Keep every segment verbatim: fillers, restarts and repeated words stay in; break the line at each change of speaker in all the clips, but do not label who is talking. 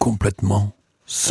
complètement son.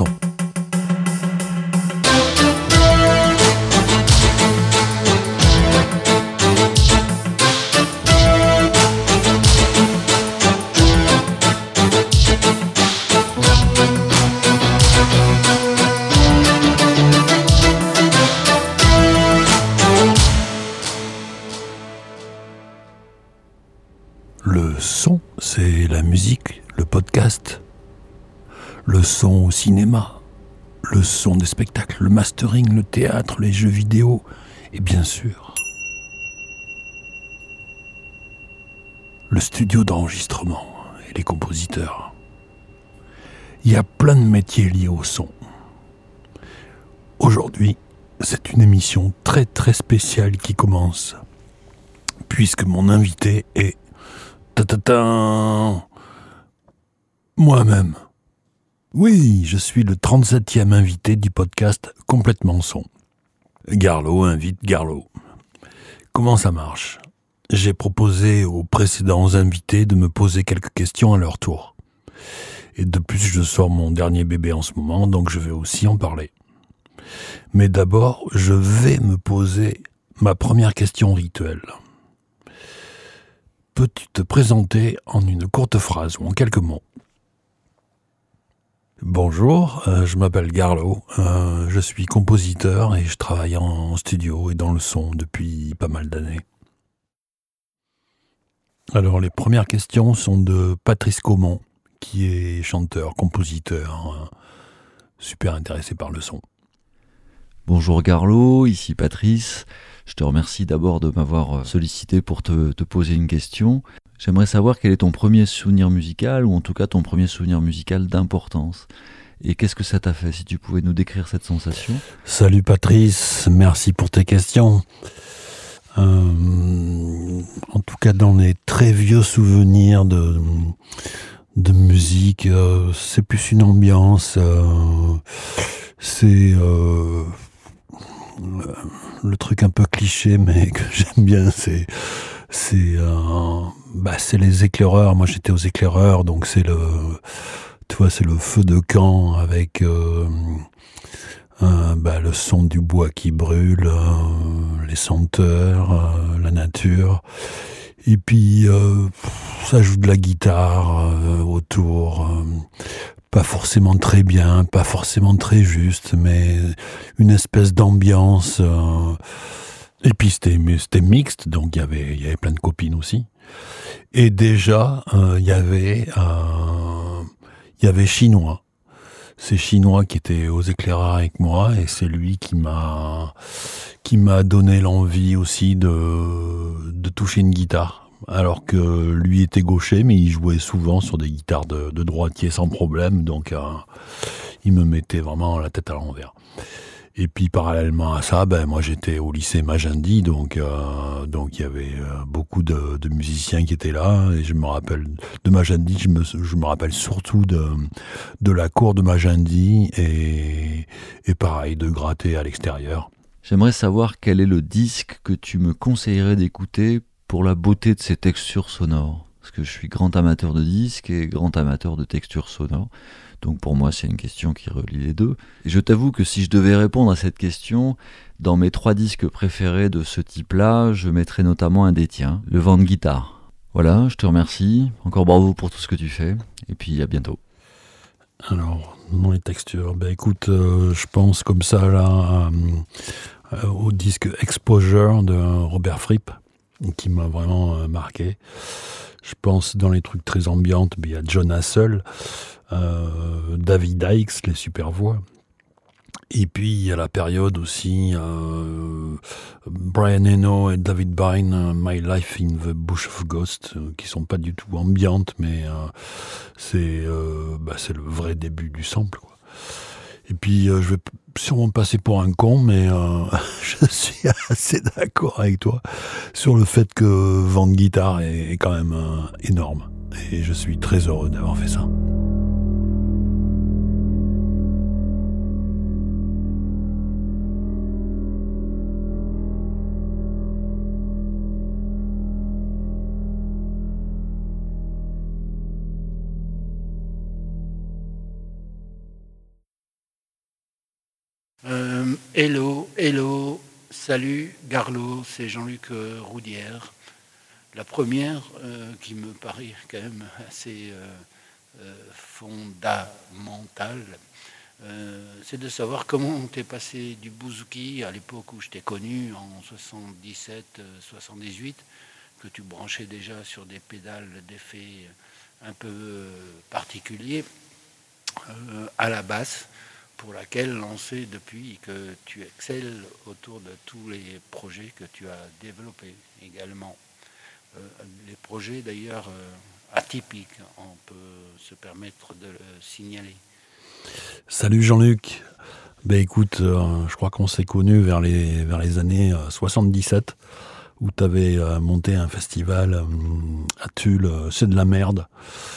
Le son, c'est la musique, le podcast, le son au cinéma, le son des spectacles, le mastering, le théâtre, les jeux vidéo et bien sûr le studio d'enregistrement et les compositeurs. Il y a plein de métiers liés au son. Aujourd'hui, c'est une émission très très spéciale qui commence, puisque mon invité est Ta-ta-ta moi-même. Oui, je suis le trente-septième invité du podcast Complètement Son. Garlot invite Garlot. Comment ça marche ? J'ai proposé aux précédents invités de me poser quelques questions à leur tour. Et de plus, je sors mon dernier bébé en ce moment, donc je vais aussi en parler. Mais d'abord, je vais me poser ma première question rituelle. Peux-tu te présenter en une courte phrase ou en quelques mots ? Bonjour, euh, je m'appelle Garlot, euh, je suis compositeur et je travaille en studio et dans le son depuis pas mal d'années. Alors les premières questions sont de Patrice Caumont, qui est chanteur, compositeur, euh, super intéressé par le son.
Bonjour Garlot, ici Patrice. Je te remercie d'abord de m'avoir sollicité pour te, te poser une question. J'aimerais savoir quel est ton premier souvenir musical, ou en tout cas ton premier souvenir musical d'importance. Et qu'est-ce que ça t'a fait, si tu pouvais nous décrire cette sensation ?
Salut Patrice, merci pour tes questions. Euh, en tout cas, dans les très vieux souvenirs de, de musique, euh, c'est plus une ambiance, euh, c'est... Euh, le truc un peu cliché mais que j'aime bien, c'est c'est euh, bah c'est les éclaireurs. Moi j'étais aux éclaireurs, donc c'est le tu vois c'est le feu de camp avec euh, euh, bah le son du bois qui brûle, euh, les senteurs, euh, la nature, et puis euh, ça joue de la guitare euh, autour. Euh, Pas forcément très bien, pas forcément très juste, mais une espèce d'ambiance. Euh... Et puis c'était, c'était mixte, donc il y avait, il y avait plein de copines aussi. Et déjà, euh, il y avait, euh, il y avait Chinois. C'est Chinois qui était aux éclaireurs avec moi, et c'est lui qui m'a, qui m'a donné l'envie aussi de, de toucher une guitare. Alors que lui était gaucher, mais il jouait souvent sur des guitares de, de droitier sans problème, donc euh, il me mettait vraiment la tête à l'envers. Et puis parallèlement à ça, ben moi j'étais au lycée Magendie, donc euh, donc il y avait euh, beaucoup de, de musiciens qui étaient là, et je me rappelle de Magendie, je me je me rappelle surtout de de la cour de Magendie et et pareil de gratter à l'extérieur.
J'aimerais savoir quel est le disque que tu me conseillerais d'écouter pour la beauté de ses textures sonores, parce que je suis grand amateur de disques et grand amateur de textures sonores, donc pour moi c'est une question qui relie les deux. Et je t'avoue que si je devais répondre à cette question, dans mes trois disques préférés de ce type-là, je mettrais notamment un des tiens, le Vent de guitare. Voilà, je te remercie, encore bravo pour tout ce que tu fais, et puis à bientôt.
Alors, dans les textures, ben écoute, euh, je pense comme ça là euh, au disque Exposure de Robert Fripp, qui m'a vraiment euh, marqué. Je pense dans les trucs très ambiantes, il y a John Hassel, euh, David Dykes, les super voix. Et puis il y a la période aussi, euh, Brian Eno et David Byrne, euh, My Life in the Bush of Ghost, euh, qui sont pas du tout ambiantes, mais euh, c'est, euh, bah, c'est le vrai début du sample, quoi. Et puis euh, je vais sûrement passer pour un con, mais euh, je suis assez d'accord avec toi sur le fait que Vent de guitare est, est quand même euh, énorme. Et je suis très heureux d'avoir fait ça.
Euh, hello, hello, salut Garlot, c'est Jean-Luc euh, Roudière. La première euh, qui me paraît quand même assez euh, euh, fondamentale, euh, c'est de savoir comment t'es passé du bouzouki à l'époque où je t'ai connu en soixante-dix-sept soixante-dix-huit, que tu branchais déjà sur des pédales d'effet un peu euh, particuliers, euh, à la basse, pour laquelle on sait depuis que tu excelles autour de tous les projets que tu as développés également. Euh, les projets d'ailleurs euh, atypiques, on peut se permettre de le signaler.
Salut Jean-Luc. Ben écoute, euh, je crois qu'on s'est connus vers les, vers les années euh, soixante-dix-sept, où tu avais euh, monté un festival euh, à Tulle, euh, C'est de la merde.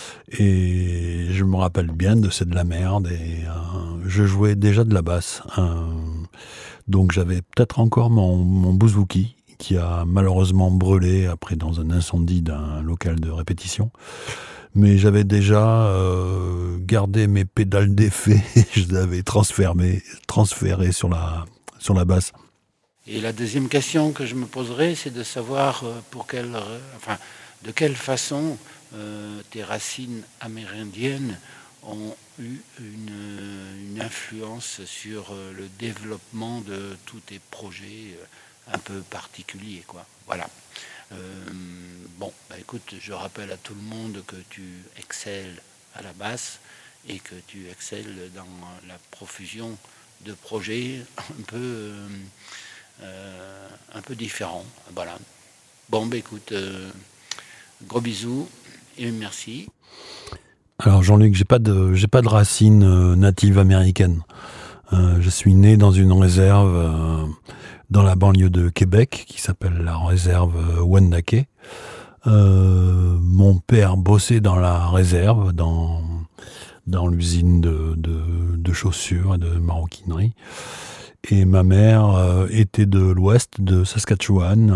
Et je me rappelle bien de C'est de la merde, et euh, je jouais déjà de la basse. Euh, donc j'avais peut-être encore mon, mon bouzouki, qui a malheureusement brûlé après dans un incendie d'un local de répétition. Mais j'avais déjà euh, gardé mes pédales d'effet, je les avais transférées, transférées sur la, sur la basse.
Et la deuxième question que je me poserais, c'est de savoir pour quelle, enfin, de quelle façon euh, tes racines amérindiennes ont eu une, une influence sur le développement de tous tes projets un peu particuliers, quoi. Voilà. Euh, bon, bah écoute, je rappelle à tout le monde que tu excelles à la basse et que tu excelles dans la profusion de projets un peu, euh, euh, un peu différents. Voilà. Bon, bah écoute, euh, gros bisous et merci.
Alors Jean-Luc, j'ai pas de, j'ai pas de racines euh, natives américaines. Euh, je suis né dans une réserve euh, dans la banlieue de Québec, qui s'appelle la réserve Wendake. Euh, mon père bossait dans la réserve, dans, dans l'usine de, de, de chaussures et de maroquinerie. Et ma mère euh, était de l'ouest de Saskatchewan,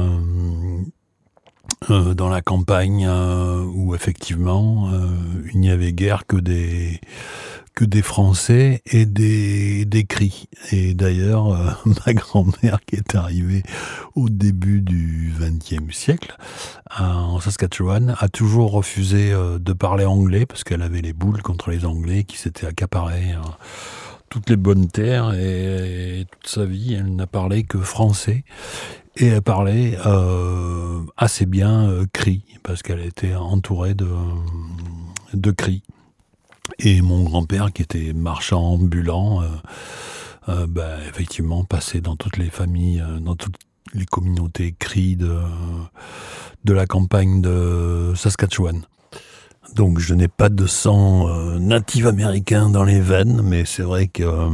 euh, euh, dans la campagne euh, où effectivement euh, il n'y avait guère que des... que des Français et des, des Cris. Et d'ailleurs, euh, ma grand-mère qui est arrivée au début du vingtième siècle, en Saskatchewan, a toujours refusé euh, de parler anglais parce qu'elle avait les boules contre les Anglais qui s'étaient accaparés euh, toutes les bonnes terres, et, et toute sa vie, elle n'a parlé que français. Et elle parlait euh, assez bien euh, Cri, parce qu'elle était entourée de, de Cris. Et mon grand-père, qui était marchand ambulant, euh, euh, bah, effectivement, passait dans toutes les familles, euh, dans toutes les communautés cris de, de la campagne de Saskatchewan. Donc je n'ai pas de sang euh, natif américain dans les veines, mais c'est vrai que euh,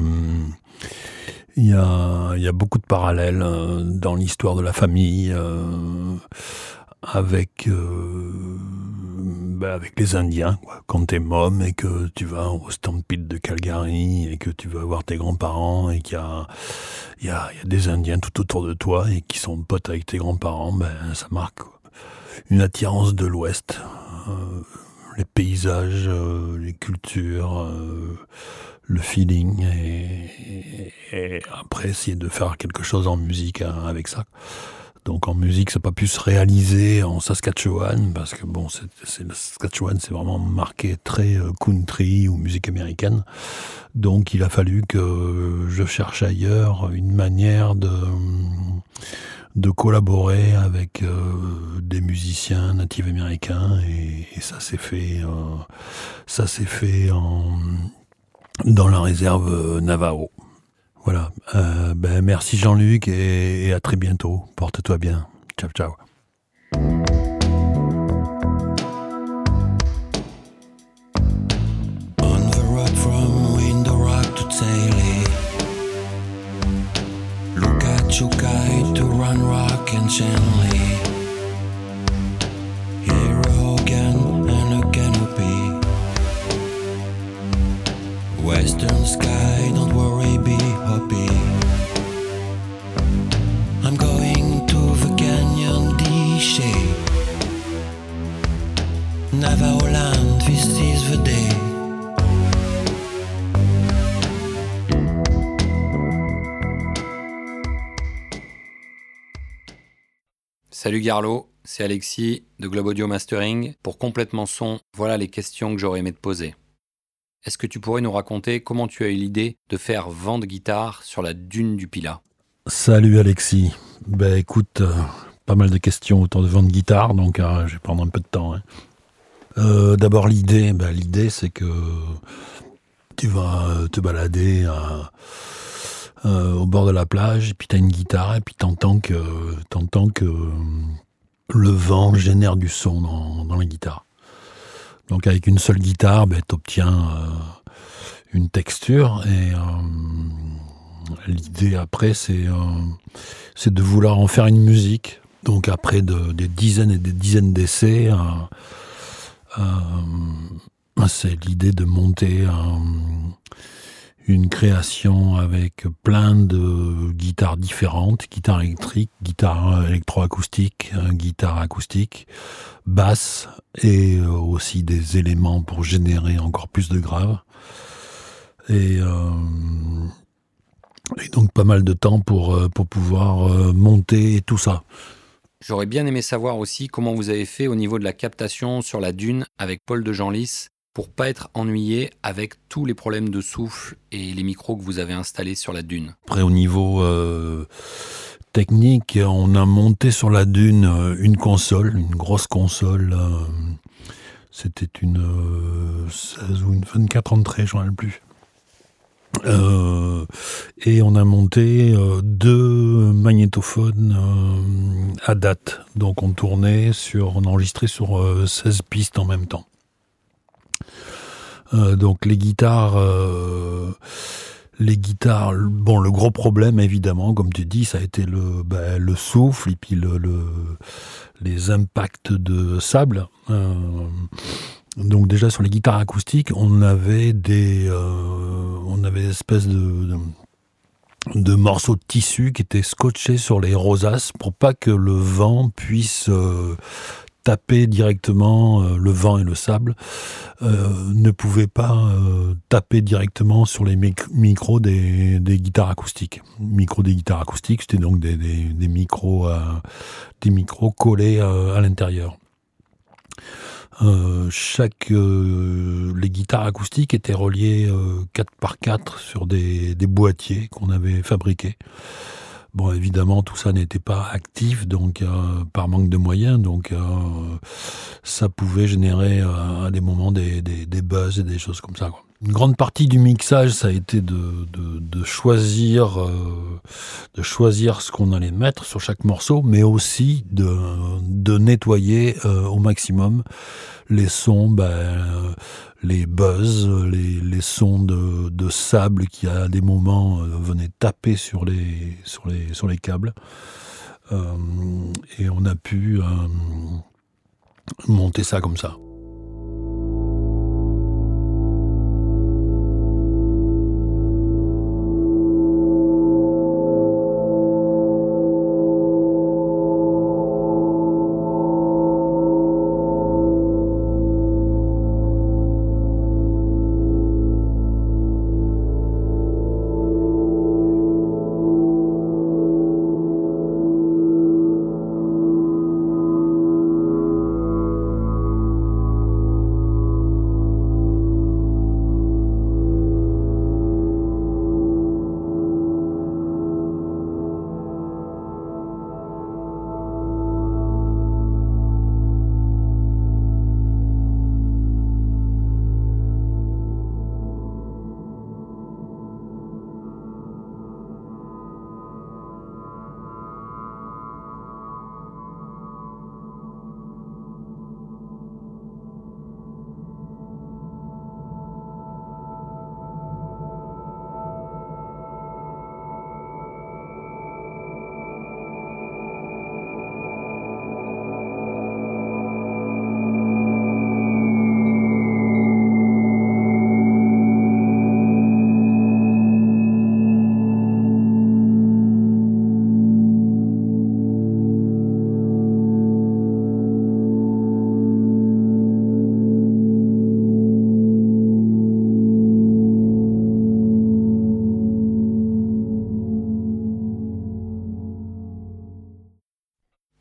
il y a, y a beaucoup de parallèles euh, dans l'histoire de la famille, euh, avec... Euh, Ben avec les Indiens, quoi. Quand t'es môme et que tu vas au Stampede de Calgary et que tu vas voir tes grands-parents et qu'il y a, il y a, il y a des Indiens tout autour de toi et qui sont potes avec tes grands-parents, ben ça marque, quoi. Une attirance de l'Ouest, euh, les paysages, euh, les cultures, euh, le feeling, et, et, et après essayer de faire quelque chose en musique hein, avec ça. Donc en musique, ça n'a pas pu se réaliser en Saskatchewan, parce que bon, c'est, c'est, le Saskatchewan, c'est vraiment marqué très country ou musique américaine. Donc il a fallu que je cherche ailleurs une manière de, de collaborer avec euh, des musiciens natifs américains, et, et ça s'est fait, euh, ça s'est fait en, dans la réserve Navajo. Voilà, euh, ben merci Jean-Luc, et, et à très bientôt. Porte-toi bien. Ciao, ciao.
On the road from Window Rock to Taylor, look at Chukai to Run Rock and Shanley. Here a Hogan and a canopy. Western sky, don't worry, be happy. I'm going to the canyon D-Shay, Navajo land, this is the day.
Salut Garlo, c'est Alexis de Globe Audio Mastering. Pour Complètement Son, voilà les questions que j'aurais aimé te poser. Est-ce que tu pourrais nous raconter comment tu as eu l'idée de faire vent de guitare sur la dune du Pilat ?
Salut Alexis. Ben écoute, euh, pas mal de questions autour de vent de guitare, donc euh, je vais prendre un peu de temps. Hein. Euh, d'abord l'idée, ben, l'idée c'est que tu vas te balader à, euh, au bord de la plage, et puis tu as une guitare, et puis t'entends que, t'entends que le vent génère du son dans, dans la guitare. Donc avec une seule guitare, ben, tu obtiens euh, une texture, et euh, l'idée après c'est, euh, c'est de vouloir en faire une musique. Donc après de, des dizaines et des dizaines d'essais, euh, euh, c'est l'idée de monter euh, une création avec plein de guitares différentes, guitare électrique, guitare électroacoustique, guitare acoustique, basse et aussi des éléments pour générer encore plus de graves. Et, euh, et donc pas mal de temps pour, pour pouvoir monter tout ça.
J'aurais bien aimé savoir aussi comment vous avez fait au niveau de la captation sur la dune avec Paul de Genlis pour pas être ennuyé avec tous les problèmes de souffle et les micros que vous avez installés sur la dune.
Après, au niveau euh, technique, on a monté sur la dune une console, une grosse console. Euh, c'était une euh, seize ou une vingt-quatre entrées, je ne me rappelle plus. Euh, et on a monté euh, deux magnétophones euh, à date. Donc on tournait sur, on enregistrait sur euh, seize pistes en même temps. Euh, donc les guitares, euh, les guitares, bon, le gros problème évidemment, comme tu dis, ça a été le, bah, le souffle et puis le, le, les impacts de sable. Euh, donc déjà sur les guitares acoustiques, on avait des, euh, on avait des espèces de, de, de morceaux de tissu qui étaient scotchés sur les rosaces pour pas que le vent puisse euh, taper directement, euh, le vent et le sable euh, ne pouvaient pas euh, taper directement sur les mic- micros des, des guitares acoustiques. Micros des guitares acoustiques, c'était donc des, des, des, micros, euh, des micros collés euh, à l'intérieur. Euh, chaque, euh, les guitares acoustiques étaient reliées euh, quatre par quatre sur des, des boîtiers qu'on avait fabriqués. Bon, évidemment, tout ça n'était pas actif, donc euh, par manque de moyens, donc euh, ça pouvait générer euh, à des moments des, des, des buzz et des choses comme ça, quoi. Une grande partie du mixage, ça a été de, de, de choisir, euh, de choisir ce qu'on allait mettre sur chaque morceau, mais aussi de, de nettoyer euh, au maximum les sons, ben, euh, les buzz, les, les sons de, de sable qui à des moments euh, venaient taper sur les, sur les, sur les câbles. Euh, et on a pu euh, monter ça comme ça.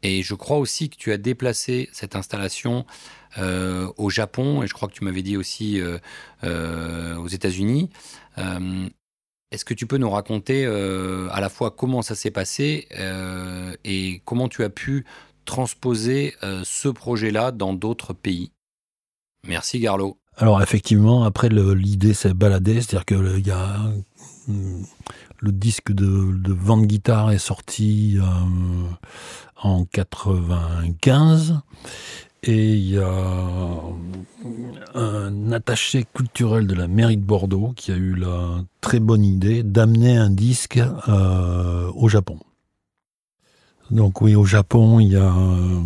Et je crois aussi que tu as déplacé cette installation euh, au Japon, et je crois que tu m'avais dit aussi euh, euh, aux États-Unis. Euh, est-ce que tu peux nous raconter euh, à la fois comment ça s'est passé euh, et comment tu as pu transposer euh, ce projet-là dans d'autres pays? Merci Garlo.
Alors effectivement, après le, l'idée s'est baladée, c'est-à-dire que il y a le disque de, de Vent de guitare est sorti euh, en quatre-vingt-quinze et il y a un attaché culturel de la mairie de Bordeaux qui a eu la très bonne idée d'amener un disque euh, au Japon. Donc oui, au Japon, il y a euh,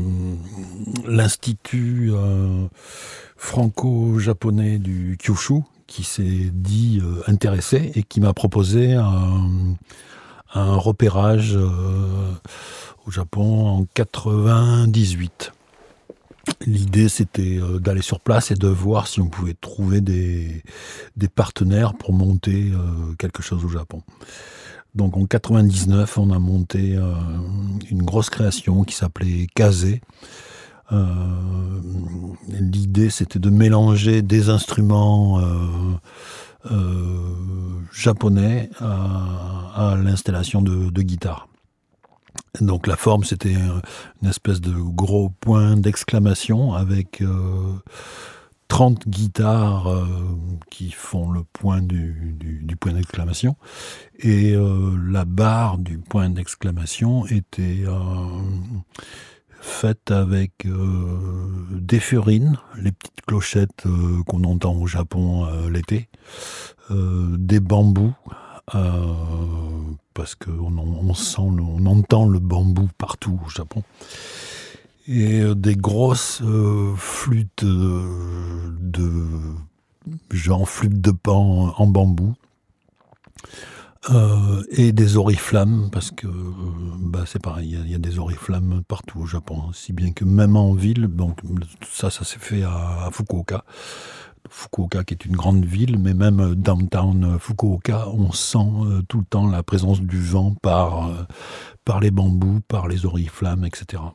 l'institut euh, franco-japonais du Kyushu qui s'est dit euh, intéressé et qui m'a proposé un, un repérage euh, au Japon en quatre-vingt-dix-huit. L'idée, c'était euh, d'aller sur place et de voir si on pouvait trouver des, des partenaires pour monter euh, quelque chose au Japon. Donc en quatre-vingt-dix-neuf, on a monté euh, une grosse création qui s'appelait Kaze. Euh, l'idée, c'était de mélanger des instruments euh, euh, japonais à, à l'installation de, de guitare. Donc la forme, c'était une espèce de gros point d'exclamation avec euh, trente guitares euh, qui font le point du, du, du point d'exclamation. Et euh, la barre du point d'exclamation était euh, faite avec euh, des furines, les petites clochettes euh, qu'on entend au Japon euh, l'été, euh, des bambous, euh, parce qu'on on sent, le, on entend le bambou partout au Japon. Et euh, des grosses euh, flûtes euh, de genre flûte de pan en bambou euh, et des oriflammes parce que euh, bah c'est pareil, il y, y a des oriflammes partout au Japon, hein, si bien que même en ville, donc ça ça s'est fait à, à Fukuoka. Fukuoka qui est une grande ville, mais même downtown Fukuoka, on sent euh, tout le temps la présence du vent par euh, par les bambous, par les oriflammes, et cetera.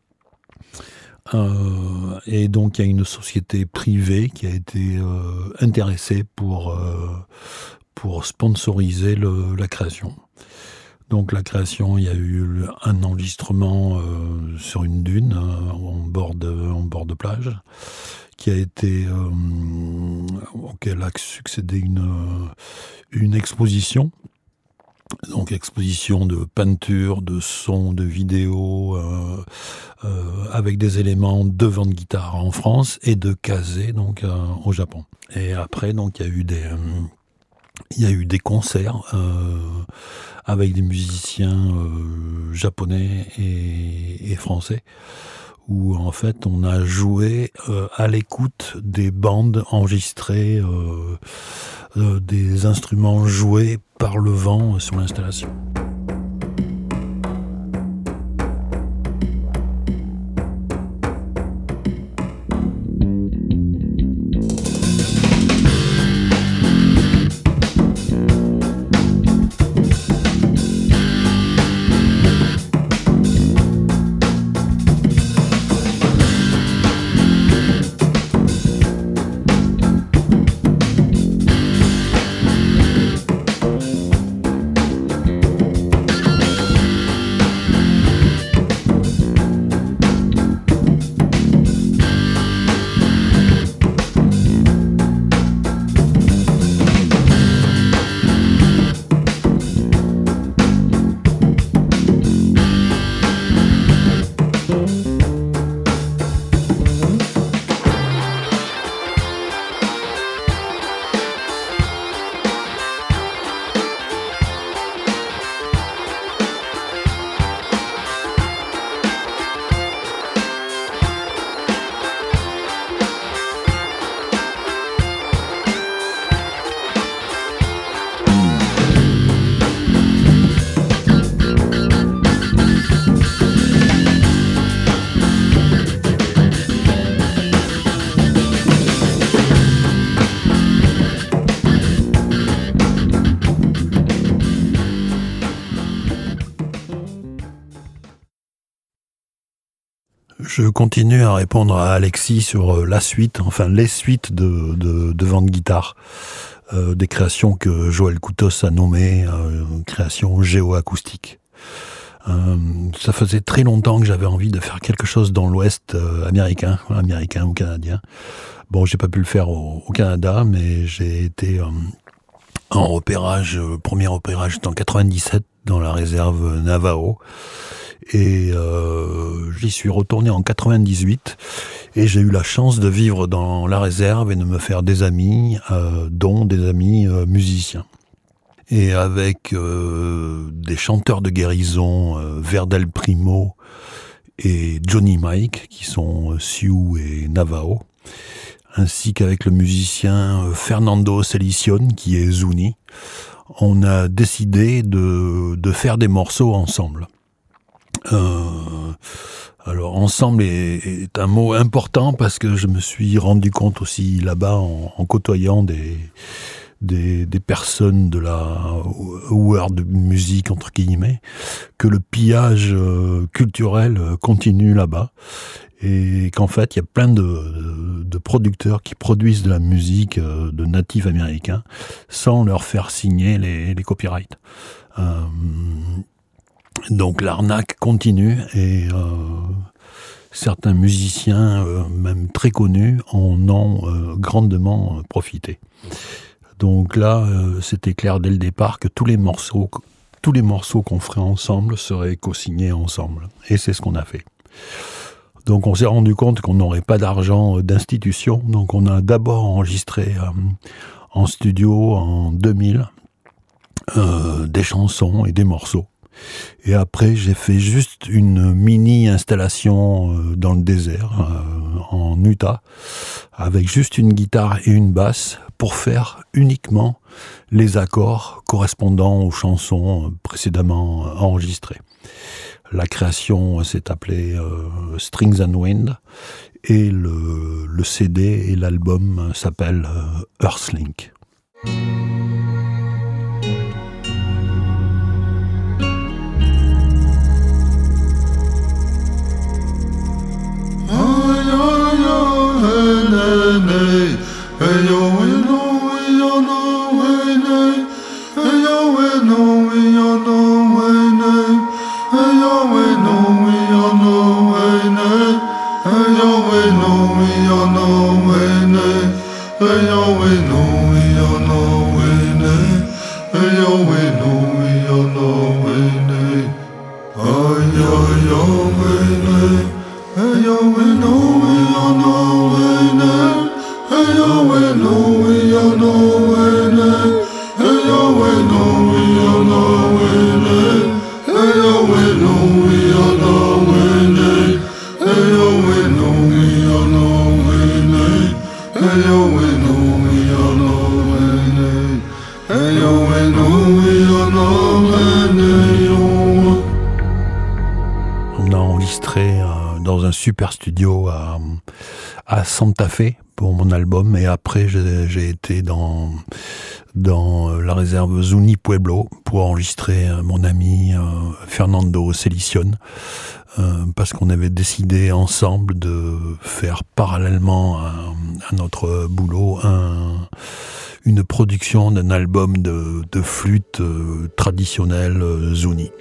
Euh, et donc il y a une société privée qui a été euh, intéressée pour, euh, pour sponsoriser le, la création. Donc la création, il y a eu un enregistrement euh, sur une dune euh, en, bord de, en bord de plage qui a été euh, auquel a succédé une, une exposition. Donc exposition de peinture, de son, de vidéo, euh, euh, avec des éléments de vent de guitare en France et de kaze donc euh, au Japon. Et après donc il y a eu des euh, il y a eu des concerts euh, avec des musiciens euh, japonais et, et français où en fait on a joué euh, à l'écoute des bandes enregistrées, euh, euh, des instruments joués par le vent sur l'installation. je continue à répondre à Alexis sur la suite, enfin les suites de, de, de Vent de Guitare, euh, des créations que Joël Coutos a nommées euh, créations géoacoustiques. Euh, ça faisait très longtemps que j'avais envie de faire quelque chose dans l'Ouest euh, américain, américain ou canadien. Bon, j'ai pas pu le faire au, au Canada, mais j'ai été euh, en repérage, euh, premier repérage en quatre-vingt-dix-sept dans la réserve Navajo. Et euh, j'y suis retourné en quatre-vingt-dix-huit et j'ai eu la chance de vivre dans la réserve et de me faire des amis, euh, dont des amis euh, musiciens. Et avec euh, des chanteurs de guérison, euh, Verdel Primo et Johnny Mike, qui sont euh, Sioux et Navajo, ainsi qu'avec le musicien euh, Fernando Celicion, qui est Zuni, on a décidé de, de faire des morceaux ensemble. Euh, alors ensemble est, est un mot important parce que je me suis rendu compte aussi là-bas en, en côtoyant des, des, des personnes de la world music entre guillemets que le pillage euh, culturel continue là-bas et qu'en fait il y a plein de, de, de producteurs qui produisent de la musique euh, de natifs américains sans leur faire signer les, les copyrights. Euh, Donc l'arnaque continue et euh, certains musiciens, euh, même très connus, en ont euh, grandement euh, profité. Donc là, euh, c'était clair dès le départ que tous les morceaux, tous les morceaux qu'on ferait ensemble seraient co-signés ensemble. Et c'est ce qu'on a fait. Donc on s'est rendu compte qu'on n'aurait pas d'argent d'institution. Donc on a d'abord enregistré euh, en studio en deux mille euh, des chansons et des morceaux. Et après, j'ai fait juste une mini-installation euh, dans le désert, euh, en Utah, avec juste une guitare et une basse, pour faire uniquement les accords correspondant aux chansons précédemment enregistrées. La création s'est appelée euh, Strings and Wind, et le, le C D et l'album s'appellent euh, Earthlink. On a enregistré euh, dans un super studio à, à Santa Fe pour mon album, et après j'ai, j'ai été dans, dans la réserve Zuni Pueblo pour enregistrer euh, mon ami euh, Fernando Celicion, euh, parce qu'on avait décidé ensemble de faire parallèlement à, à notre boulot un, une production d'un album de, de flûte euh, traditionnelle euh, Zuni.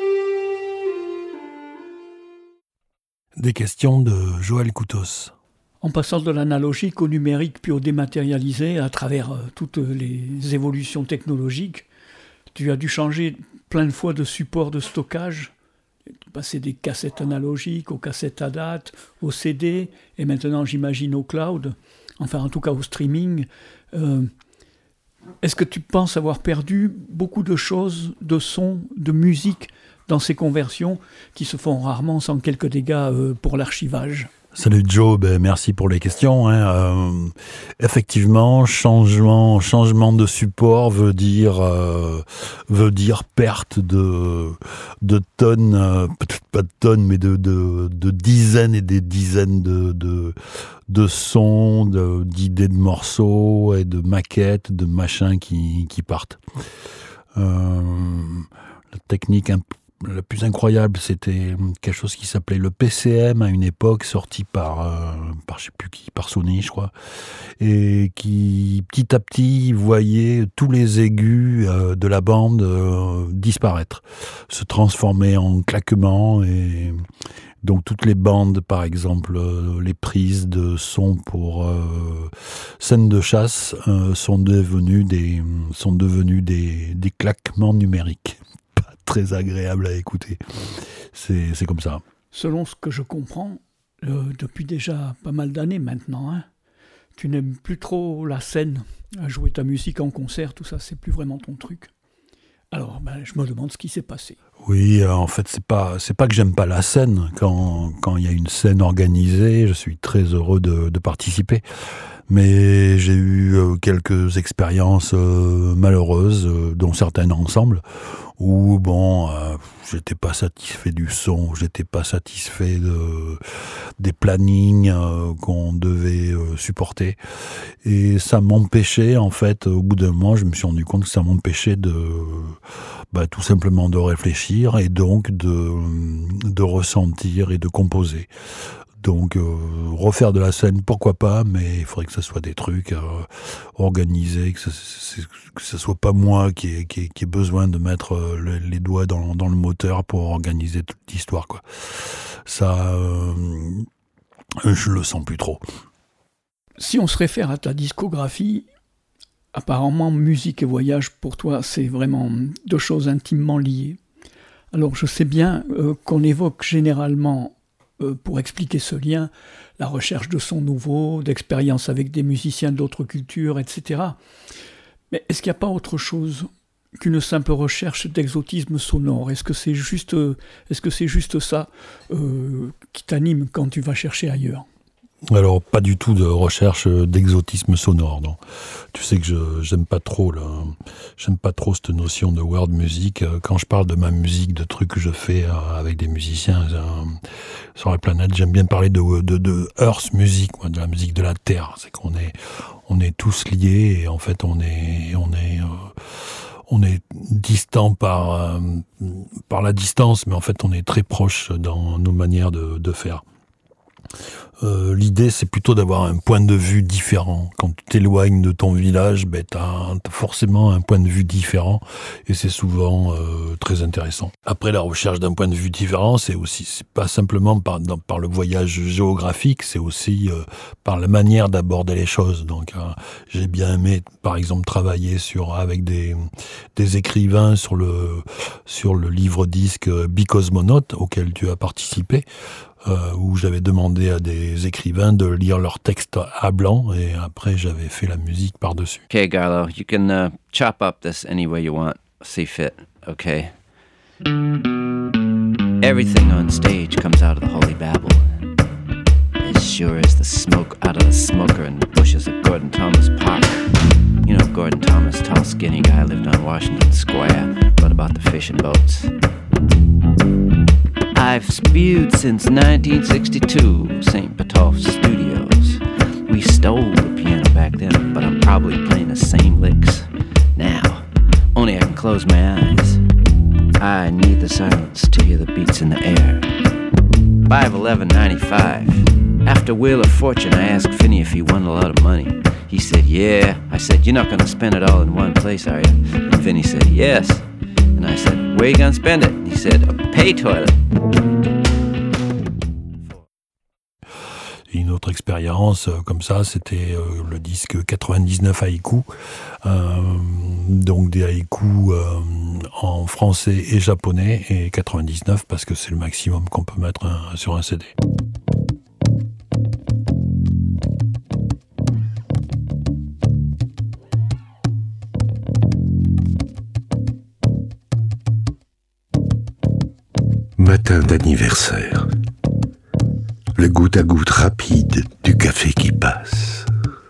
Des questions de Joël Coutos.
En passant de l'analogique au numérique puis au dématérialisé à travers euh, toutes les évolutions technologiques, tu as dû changer plein de fois de support de stockage, passer des cassettes analogiques aux cassettes à date, au C D, et maintenant j'imagine au cloud, enfin en tout cas au streaming. Euh, est-ce que tu penses avoir perdu beaucoup de choses, de sons, de musique dans ces conversions qui se font rarement sans quelques dégâts euh, pour l'archivage ?
Salut Joe, ben merci pour les questions. Hein. Euh, effectivement, changement, changement de support veut dire euh, veut dire perte de de tonnes, euh, peut-être pas de tonnes, mais de de, de dizaines et des dizaines de de, de sons, de, d'idées de morceaux et de maquettes, de machins qui qui partent. Euh, la technique un peu La plus incroyable, c'était quelque chose qui s'appelait le P C M à une époque, sorti par, euh, par je sais plus qui, par Sony, je crois, et qui petit à petit voyait tous les aigus euh, de la bande euh, disparaître, se transformer en claquements, et donc toutes les bandes, par exemple, euh, les prises de son pour euh, scènes de chasse euh, sont devenues des sont devenues des, des claquements numériques. Très agréable à écouter. C'est, c'est comme ça.
Selon ce que je comprends, euh, depuis déjà pas mal d'années maintenant, hein, tu n'aimes plus trop la scène, à jouer ta musique en concert, tout ça, c'est plus vraiment ton truc. Alors, ben, je me demande ce qui s'est passé.
Oui, euh, en fait, c'est pas, c'est pas que j'aime pas la scène. Quand, quand il y a une scène organisée, je suis très heureux de, de participer. Mais j'ai eu euh, quelques expériences euh, malheureuses, euh, dont certaines ensemble, où bon, euh, j'étais pas satisfait du son, j'étais pas satisfait de, des plannings euh, qu'on devait euh, supporter, et ça m'empêchait, en fait, au bout d'un moment, je me suis rendu compte que ça m'empêchait de, bah, tout simplement de réfléchir et donc de, de ressentir et de composer. Donc, euh, refaire de la scène, pourquoi pas, mais il faudrait que ce soit des trucs euh, organisés, que ce, que ce soit pas moi qui ai, qui ai, qui ai besoin de mettre euh, le, les doigts dans, dans le moteur pour organiser toute l'histoire, quoi. Ça, euh, je le sens plus trop.
Si on se réfère à ta discographie, apparemment, musique et voyage, pour toi, c'est vraiment deux choses intimement liées. Alors, je sais bien euh, qu'on évoque généralement, Euh, pour expliquer ce lien, la recherche de sons nouveaux, d'expériences avec des musiciens d'autres cultures, et cetera. Mais est-ce qu'il n'y a pas autre chose qu'une simple recherche d'exotisme sonore ? Est-ce que c'est juste, est-ce que c'est juste ça euh, qui t'anime quand tu vas chercher ailleurs ?
Alors, pas du tout de recherche d'exotisme sonore, non. Tu sais que je j'aime pas trop là, j'aime pas trop cette notion de world music. Quand je parle de ma musique, de trucs que je fais avec des musiciens euh, sur la planète, j'aime bien parler de de, de Earth music, moi, de la musique de la Terre. C'est qu'on est on est tous liés, et en fait on est on est euh, on est distant par euh, par la distance, mais en fait on est très proche dans nos manières de de faire. Euh, l'idée, c'est plutôt d'avoir un point de vue différent. Quand tu t'éloignes de ton village, ben, t'as, t'as forcément un point de vue différent, et c'est souvent euh, très intéressant. Après, la recherche d'un point de vue différent, c'est aussi, c'est pas simplement par, dans, par le voyage géographique, c'est aussi euh, par la manière d'aborder les choses. Donc, euh, j'ai bien aimé, par exemple, travailler sur avec des des écrivains sur le sur le livre-disque Bicosmonaute, auquel tu as participé. Euh, où j'avais demandé à des écrivains de lire leurs textes à blanc, et après j'avais fait la musique par-dessus.
Okay, Garlow, you can uh, chop up this any way you want, see fit, okay? Everything on stage comes out of the Holy Babel. As sure as the smoke out of the smoker in the bushes at Gordon Thomas Park. You know Gordon Thomas, tall skinny guy, lived on Washington Square, wrote about the fishing boats. I've spewed since nineteen sixty-two, Saint Patoff's Studios. We stole the piano back then, but I'm probably playing the same licks now. Only I can close my eyes. I need the silence to hear the beats in the air. five eleven ninety-five. After Wheel of Fortune, I asked Finney if he won a lot of money. He said, yeah. I said, you're not going to spend it all in one place, are you? And Finney said, yes. And I said, where are you going to spend it? And he said, a pay toilet.
Une autre expérience euh, comme ça, c'était euh, le disque quatre-vingt-dix-neuf haïkus, euh, donc des haïkus euh, en français et japonais, et quatre-vingt-dix-neuf parce que c'est le maximum qu'on peut mettre un, sur un C D.
Matin d'anniversaire. Le goutte à goutte rapide du café qui passe.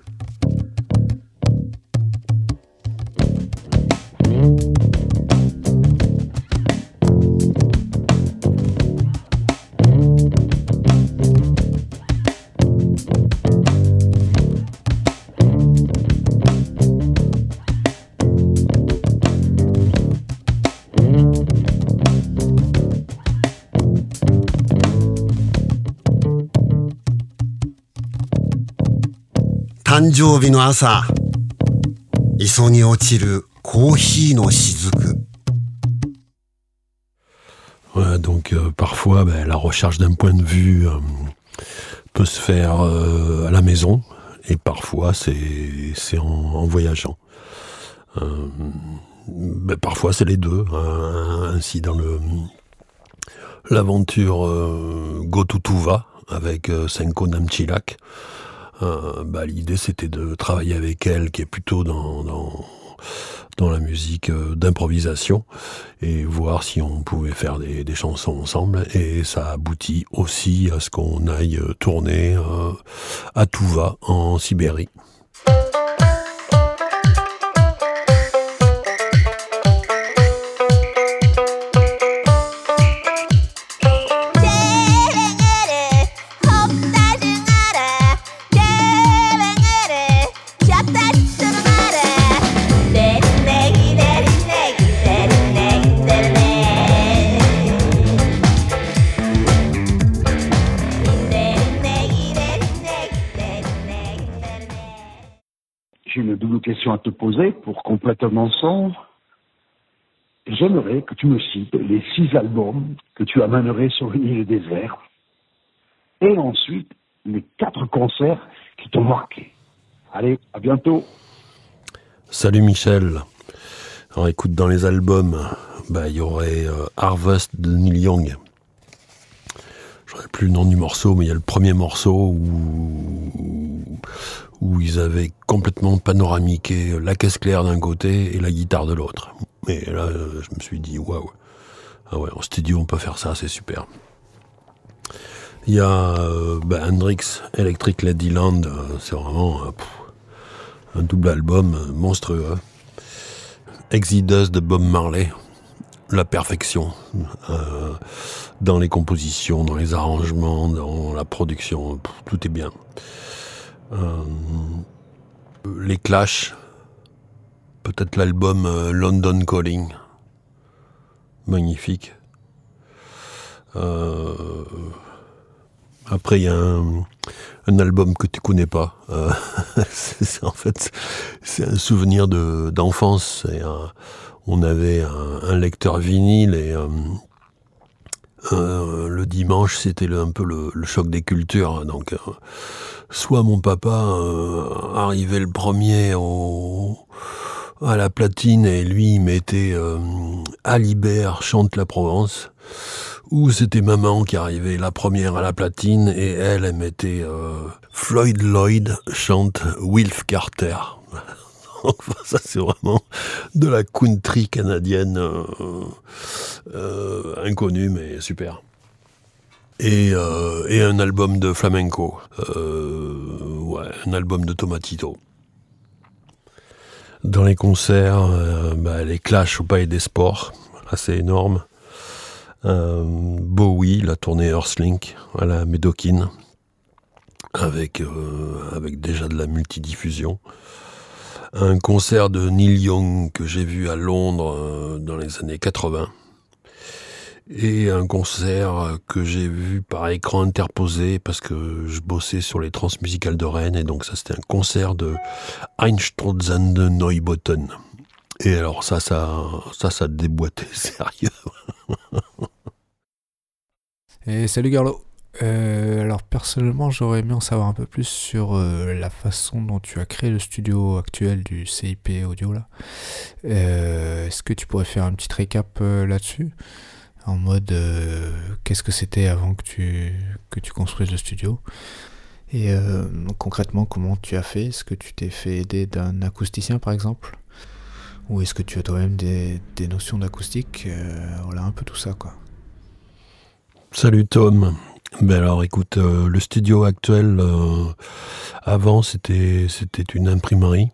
Ouais, donc euh, parfois ben, la recherche d'un point de vue euh, peut se faire euh, à la maison, et parfois c'est, c'est en, en voyageant. Euh, ben, parfois c'est les deux, hein, ainsi dans le l'aventure euh, Go to Tuva avec euh, Senko Namchilak. Euh, bah, l'idée c'était de travailler avec elle, qui est plutôt dans, dans, dans la musique euh, d'improvisation, et voir si on pouvait faire des, des chansons ensemble, et ça aboutit aussi à ce qu'on aille tourner euh, à Tuva en Sibérie.
J'ai une double question à te poser pour complètement son. J'aimerais que tu me cites les six albums que tu amènerais sur une île déserte, et ensuite les quatre concerts qui t'ont marqué. Allez, à bientôt.
Salut Michel. Alors écoute, dans les albums, bah, il y aurait euh, Harvest de Neil Young. Je ne sais plus le nom du morceau, mais il y a le premier morceau où, où ils avaient complètement panoramiqué la caisse claire d'un côté et la guitare de l'autre. Et là, je me suis dit, waouh, ah ouais, en studio on peut faire ça, c'est super. Il y a euh, bah, Hendrix Electric Ladyland, euh, c'est vraiment euh, pff, un double album euh, monstrueux. Exodus de Bob Marley, la perfection euh, dans les compositions, dans les arrangements, dans la production, pff, tout est bien. Euh, les Clash, peut-être l'album euh, London Calling, magnifique. Euh, après il y a un, un album que tu connais pas. Euh, c'est, c'est, en fait c'est un souvenir de, d'enfance. Et, euh, on avait un, un lecteur vinyle et euh, euh, le dimanche c'était le, un peu le, le choc des cultures. Donc euh, soit mon papa euh, arrivait le premier au, à la platine et lui il mettait euh, Alibert chante la Provence, ou c'était maman qui arrivait la première à la platine et elle, elle mettait euh, Floyd Lloyd chante Wilf Carter. Ça c'est vraiment de la country canadienne euh, euh, inconnue mais super. Et, euh, et un album de flamenco, euh, ouais, un album de Tomatito. Dans les concerts, euh, bah, les Clash au Palais des Sports, assez énorme. Euh, Bowie, la tournée Earthlink à la Médocaine, avec, euh, avec déjà de la multidiffusion. Un concert de Neil Young que j'ai vu à Londres euh, dans les années quatre-vingts. Et un concert que j'ai vu par écran interposé parce que je bossais sur les transmusicales de Rennes, et donc ça c'était un concert de Einstürzen de Neubotten. Et alors ça, ça, ça, ça déboîtait sérieux.
Et salut Garlo. Euh, alors personnellement, j'aurais aimé en savoir un peu plus sur euh, la façon dont tu as créé le studio actuel du C I P Audio là. Euh, est-ce que tu pourrais faire un petit récap euh, là-dessus, en mode euh, qu'est-ce que c'était avant que tu que tu construises le studio, et euh, concrètement comment tu as fait? Est-ce que tu t'es fait aider d'un acousticien par exemple, ou est-ce que tu as toi-même des, des notions d'acoustique? euh, Voilà, un peu tout ça quoi.
Salut Tom. Ben alors écoute, euh, le studio actuel, euh, avant c'était c'était une imprimerie.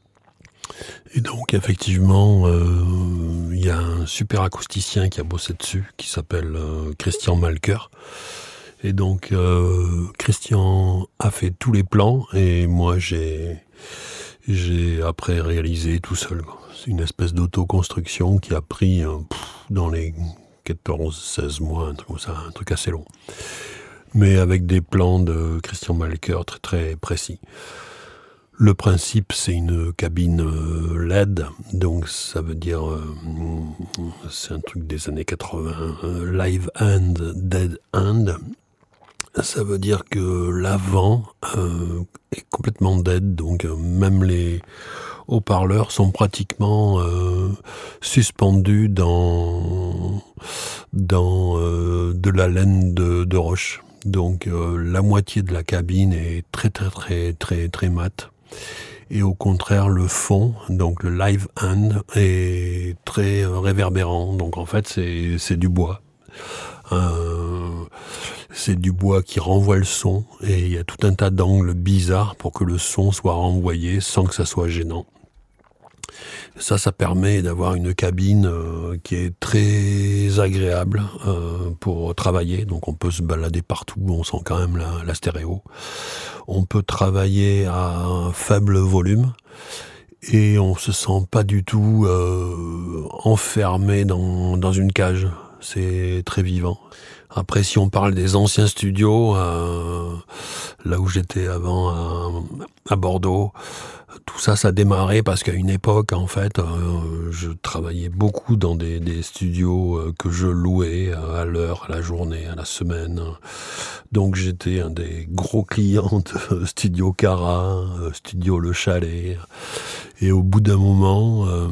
Et donc effectivement, il euh, y a un super acousticien qui a bossé dessus, qui s'appelle euh, Christian Malker. Et donc euh, Christian a fait tous les plans et moi j'ai j'ai après réalisé tout seul. C'est une espèce d'autoconstruction qui a pris euh, pff, dans les quatorze seize mois, un truc comme ça, un truc assez long. Mais avec des plans de Christian Malker très très précis. Le principe, c'est une cabine L E D, donc ça veut dire, euh, c'est un truc des années quatre-vingts, euh, live hand, dead hand. Ça veut dire que l'avant euh, est complètement dead, donc euh, même les haut-parleurs sont pratiquement euh, suspendus dans, dans euh, de la laine de, de roche. Donc euh, la moitié de la cabine est très très très très très mate. Et au contraire, le fond, donc le live hand, est très euh, réverbérant. Donc en fait, c'est, c'est du bois. Euh, c'est du bois qui renvoie le son. Et il y a tout un tas d'angles bizarres pour que le son soit renvoyé sans que ça soit gênant. Ça, ça permet d'avoir une cabine euh, qui est très agréable euh, pour travailler. Donc on peut se balader partout, on sent quand même la, la stéréo. On peut travailler à un faible volume et on se sent pas du tout euh, enfermé dans, dans une cage. C'est très vivant. Après, si on parle des anciens studios, euh, là où j'étais avant à, à Bordeaux, tout ça, ça a démarré parce qu'à une époque, en fait, euh, je travaillais beaucoup dans des, des studios euh, que je louais à l'heure, à la journée, à la semaine. Donc j'étais un des gros clients de Studio Cara, euh, Studio Le Chalet. Et au bout d'un moment, euh,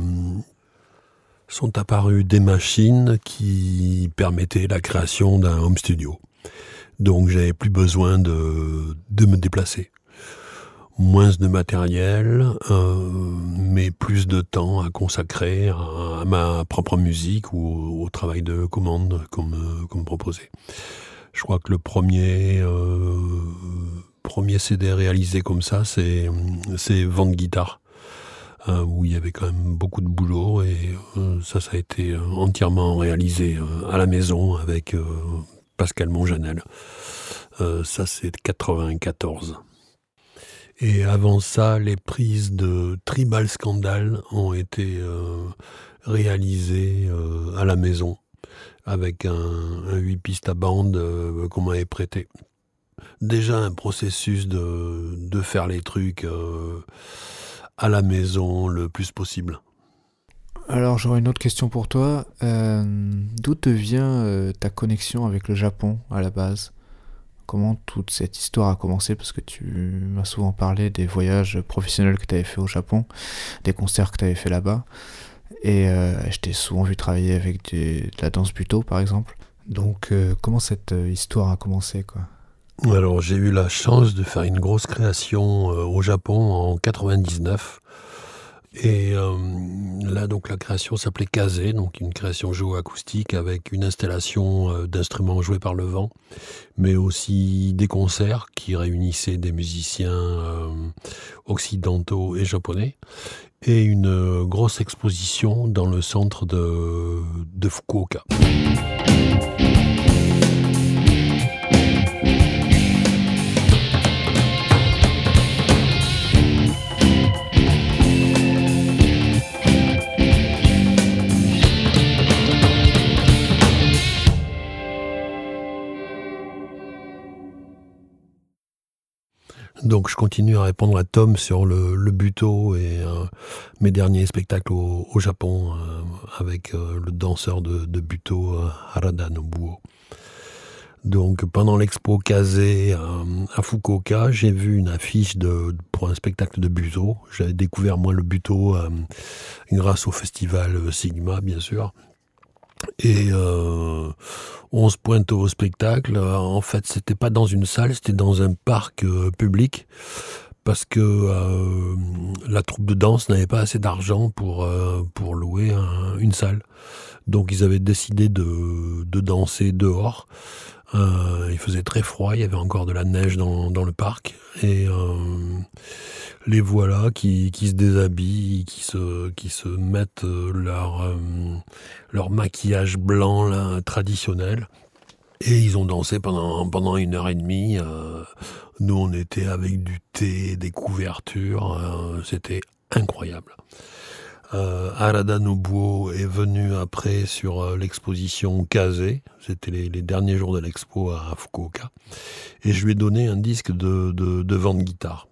sont apparues des machines qui permettaient la création d'un home studio. Donc j'avais plus besoin de, de me déplacer. Moins de matériel, euh, mais plus de temps à consacrer à, à ma propre musique ou au, au travail de commande comme, comme proposé. Je crois que le premier, euh, premier C D réalisé comme ça, c'est, c'est Vente Guitare, euh, où il y avait quand même beaucoup de boulot et euh, ça, ça a été entièrement réalisé euh, à la maison avec euh, Pascal Monjanel. Euh, ça, c'est quatre-vingt-quatorze. Et avant ça, les prises de Tribal Scandal ont été euh, réalisées euh, à la maison avec un, un huit pistes à bande euh, qu'on m'avait prêté. Déjà un processus de, de faire les trucs euh, à la maison le plus possible.
Alors j'aurais une autre question pour toi. Euh, d'où te vient euh, ta connexion avec le Japon à la base ? Comment toute cette histoire a commencé? Parce que tu m'as souvent parlé des voyages professionnels que tu avais fait au Japon, des concerts que tu avais fait là-bas. Et euh, je t'ai souvent vu travailler avec des, de la danse buto, par exemple. Donc, euh, comment cette euh, histoire a commencé, quoi?
Alors, j'ai eu la chance de faire une grosse création euh, au Japon en quatre-vingt-dix-neuf. Et euh, là, donc, la création s'appelait Kaze, donc une création géoacoustique avec une installation euh, d'instruments joués par le vent, mais aussi des concerts qui réunissaient des musiciens euh, occidentaux et japonais, et une euh, grosse exposition dans le centre de, de Fukuoka. Donc je continue à répondre à Tom sur le, le buto et euh, mes derniers spectacles au, au Japon euh, avec euh, le danseur de, de buto euh, Harada Nobuo. Donc pendant l'expo Kazé à, à Fukuoka, j'ai vu une affiche de, pour un spectacle de Butoh. J'avais découvert moi le Butoh euh, grâce au festival Sigma, bien sûr. Et euh, on se pointe au spectacle. En fait, c'était pas dans une salle, c'était dans un parc euh, public. Parce que euh, la troupe de danse n'avait pas assez d'argent pour, euh, pour louer un, une salle. Donc ils avaient décidé de, de danser dehors. Euh, il faisait très froid, il y avait encore de la neige dans, dans le parc. Et euh, les voilà qui, qui se déshabillent, qui se, qui se mettent leur, euh, leur maquillage blanc là, traditionnel. Et ils ont dansé pendant, pendant une heure et demie. Euh, nous, on était avec du thé, des couvertures. Euh, c'était incroyable. Euh, Harada Nobuo est venu après sur euh, l'exposition Kazé. C'était les, les derniers jours de l'expo à Fukuoka. Et je lui ai donné un disque de, de, de vente guitare.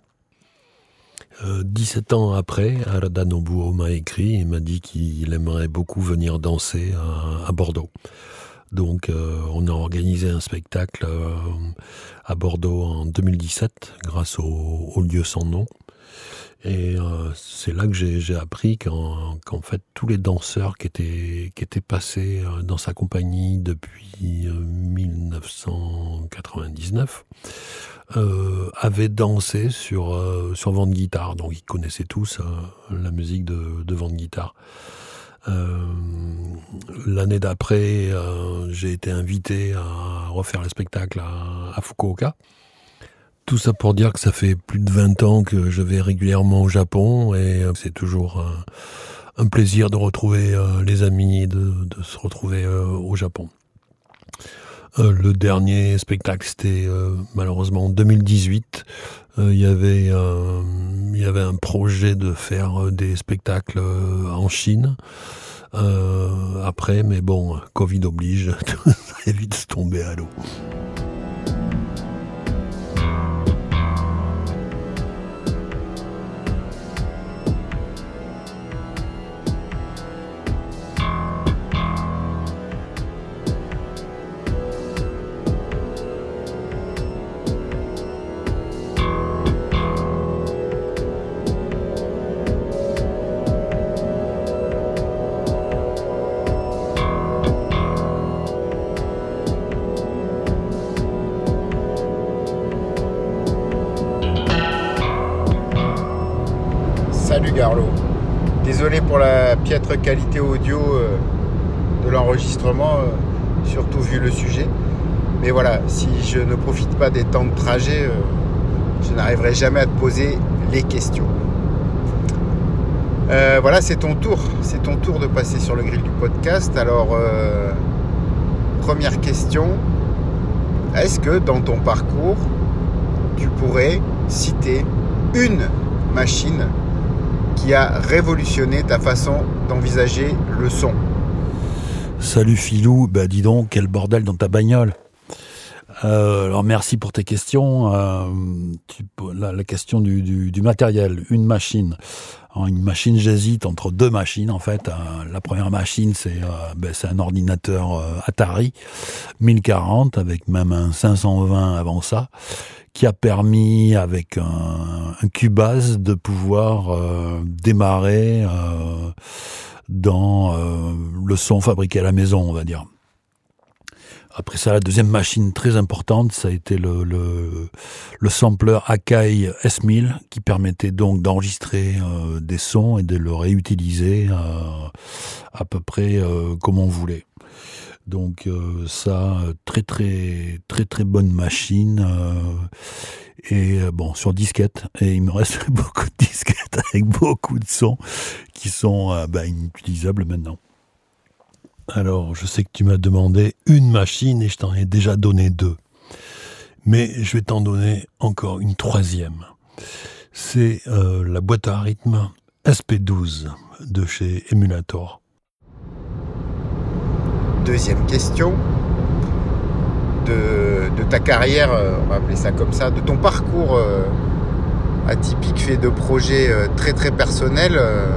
Euh, dix-sept ans après, Harada Nobuo m'a écrit et m'a dit qu'il aimerait beaucoup venir danser à, à Bordeaux. Donc euh, on a organisé un spectacle euh, à Bordeaux en deux mille dix-sept grâce au, au lieu sans nom. Et euh, c'est là que j'ai, j'ai appris qu'en, qu'en fait tous les danseurs qui étaient, qui étaient passés euh, dans sa compagnie depuis euh, dix-neuf cent quatre-vingt-dix-neuf euh, avaient dansé sur, euh, sur Vent de Guitare. Donc ils connaissaient tous euh, la musique de, de Vent de Guitare. Euh, l'année d'après, euh, j'ai été invité à refaire le spectacle à, à Fukuoka. Tout ça pour dire que ça fait plus de vingt ans que je vais régulièrement au Japon et euh, c'est toujours un, un plaisir de retrouver euh, les amis et de, de se retrouver euh, au Japon. Euh, le dernier spectacle, c'était euh, malheureusement en deux mille dix-huit. Euh, y avait, euh, y avait un projet de faire des spectacles euh, en Chine. Euh, après, mais bon, Covid oblige, ça est vite tombé à l'eau.
Salut Garlo. Désolé pour la piètre qualité audio euh, de l'enregistrement, euh, surtout vu le sujet. Mais voilà, si je ne profite pas des temps de trajet, euh, je n'arriverai jamais à te poser les questions. Euh, voilà, c'est ton tour. C'est ton tour de passer sur le grill du podcast. Alors, euh, première question. Est-ce que dans ton parcours, tu pourrais citer une machine qui a révolutionné ta façon d'envisager le son?
Salut Philou, bah dis donc, quel bordel dans ta bagnole. Euh, alors merci pour tes questions. Euh, tu, la, la question du, du, du matériel, une machine. Alors, une machine, j'hésite entre deux machines en fait. Euh, la première machine, c'est, euh, ben, c'est un ordinateur euh, Atari mille quarante avec même un cinq cent vingt avant ça, qui a permis, avec un, un Cubase, de pouvoir euh, démarrer euh, dans euh, le son fabriqué à la maison, on va dire. Après ça, la deuxième machine très importante, ça a été le, le, le sampler Akai S mille, qui permettait donc d'enregistrer euh, des sons et de le réutiliser euh, à peu près euh, comme on voulait. Donc euh, ça, très très très très bonne machine euh, et euh, bon sur disquette, et il me reste beaucoup de disquettes avec beaucoup de sons qui sont euh, bah, inutilisables maintenant. Alors je sais que tu m'as demandé une machine et je t'en ai déjà donné deux, mais je vais t'en donner encore une troisième. C'est euh, la boîte à rythme S P douze de chez Emulator.
Deuxième question, de, de ta carrière, on va appeler ça comme ça, de ton parcours euh, atypique fait de projets euh, très très personnels, euh,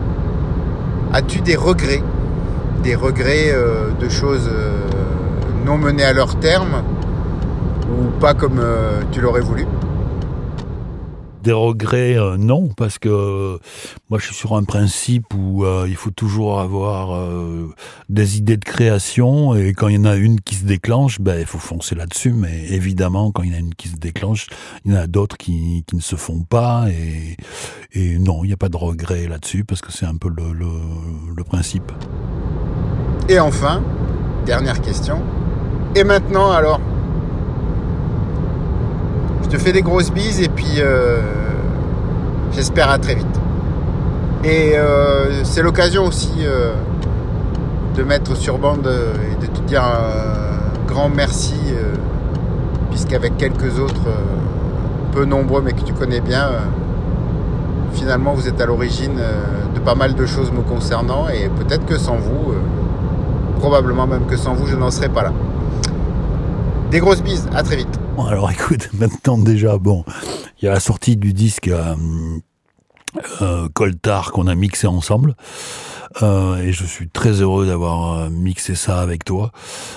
as-tu des regrets, des regrets euh, de choses euh, non menés à leur terme ou pas comme euh, tu l'aurais voulu?
Des regrets, euh, non, parce que euh, moi je suis sur un principe où euh, il faut toujours avoir euh, des idées de création, et quand il y en a une qui se déclenche, ben, il faut foncer là-dessus, mais évidemment quand il y en a une qui se déclenche, il y en a d'autres qui, qui ne se font pas, et, et non, il n'y a pas de regret là-dessus, parce que c'est un peu le, le, le principe.
Et enfin, dernière question, et maintenant alors? Je te fais des grosses bises et puis euh, j'espère à très vite. Et euh, c'est l'occasion aussi euh, de mettre sur bande et de te dire un grand merci, euh, puisqu'avec quelques autres, euh, peu nombreux mais que tu connais bien, euh, finalement vous êtes à l'origine euh, de pas mal de choses me concernant, et peut-être que sans vous, euh, probablement même que sans vous, je n'en serais pas là. Des grosses bises, à très vite.
Bon, alors écoute, maintenant déjà, bon, il y a la sortie du disque euh, euh, Coltard qu'on a mixé ensemble, euh, et je suis très heureux d'avoir euh, mixé ça avec toi.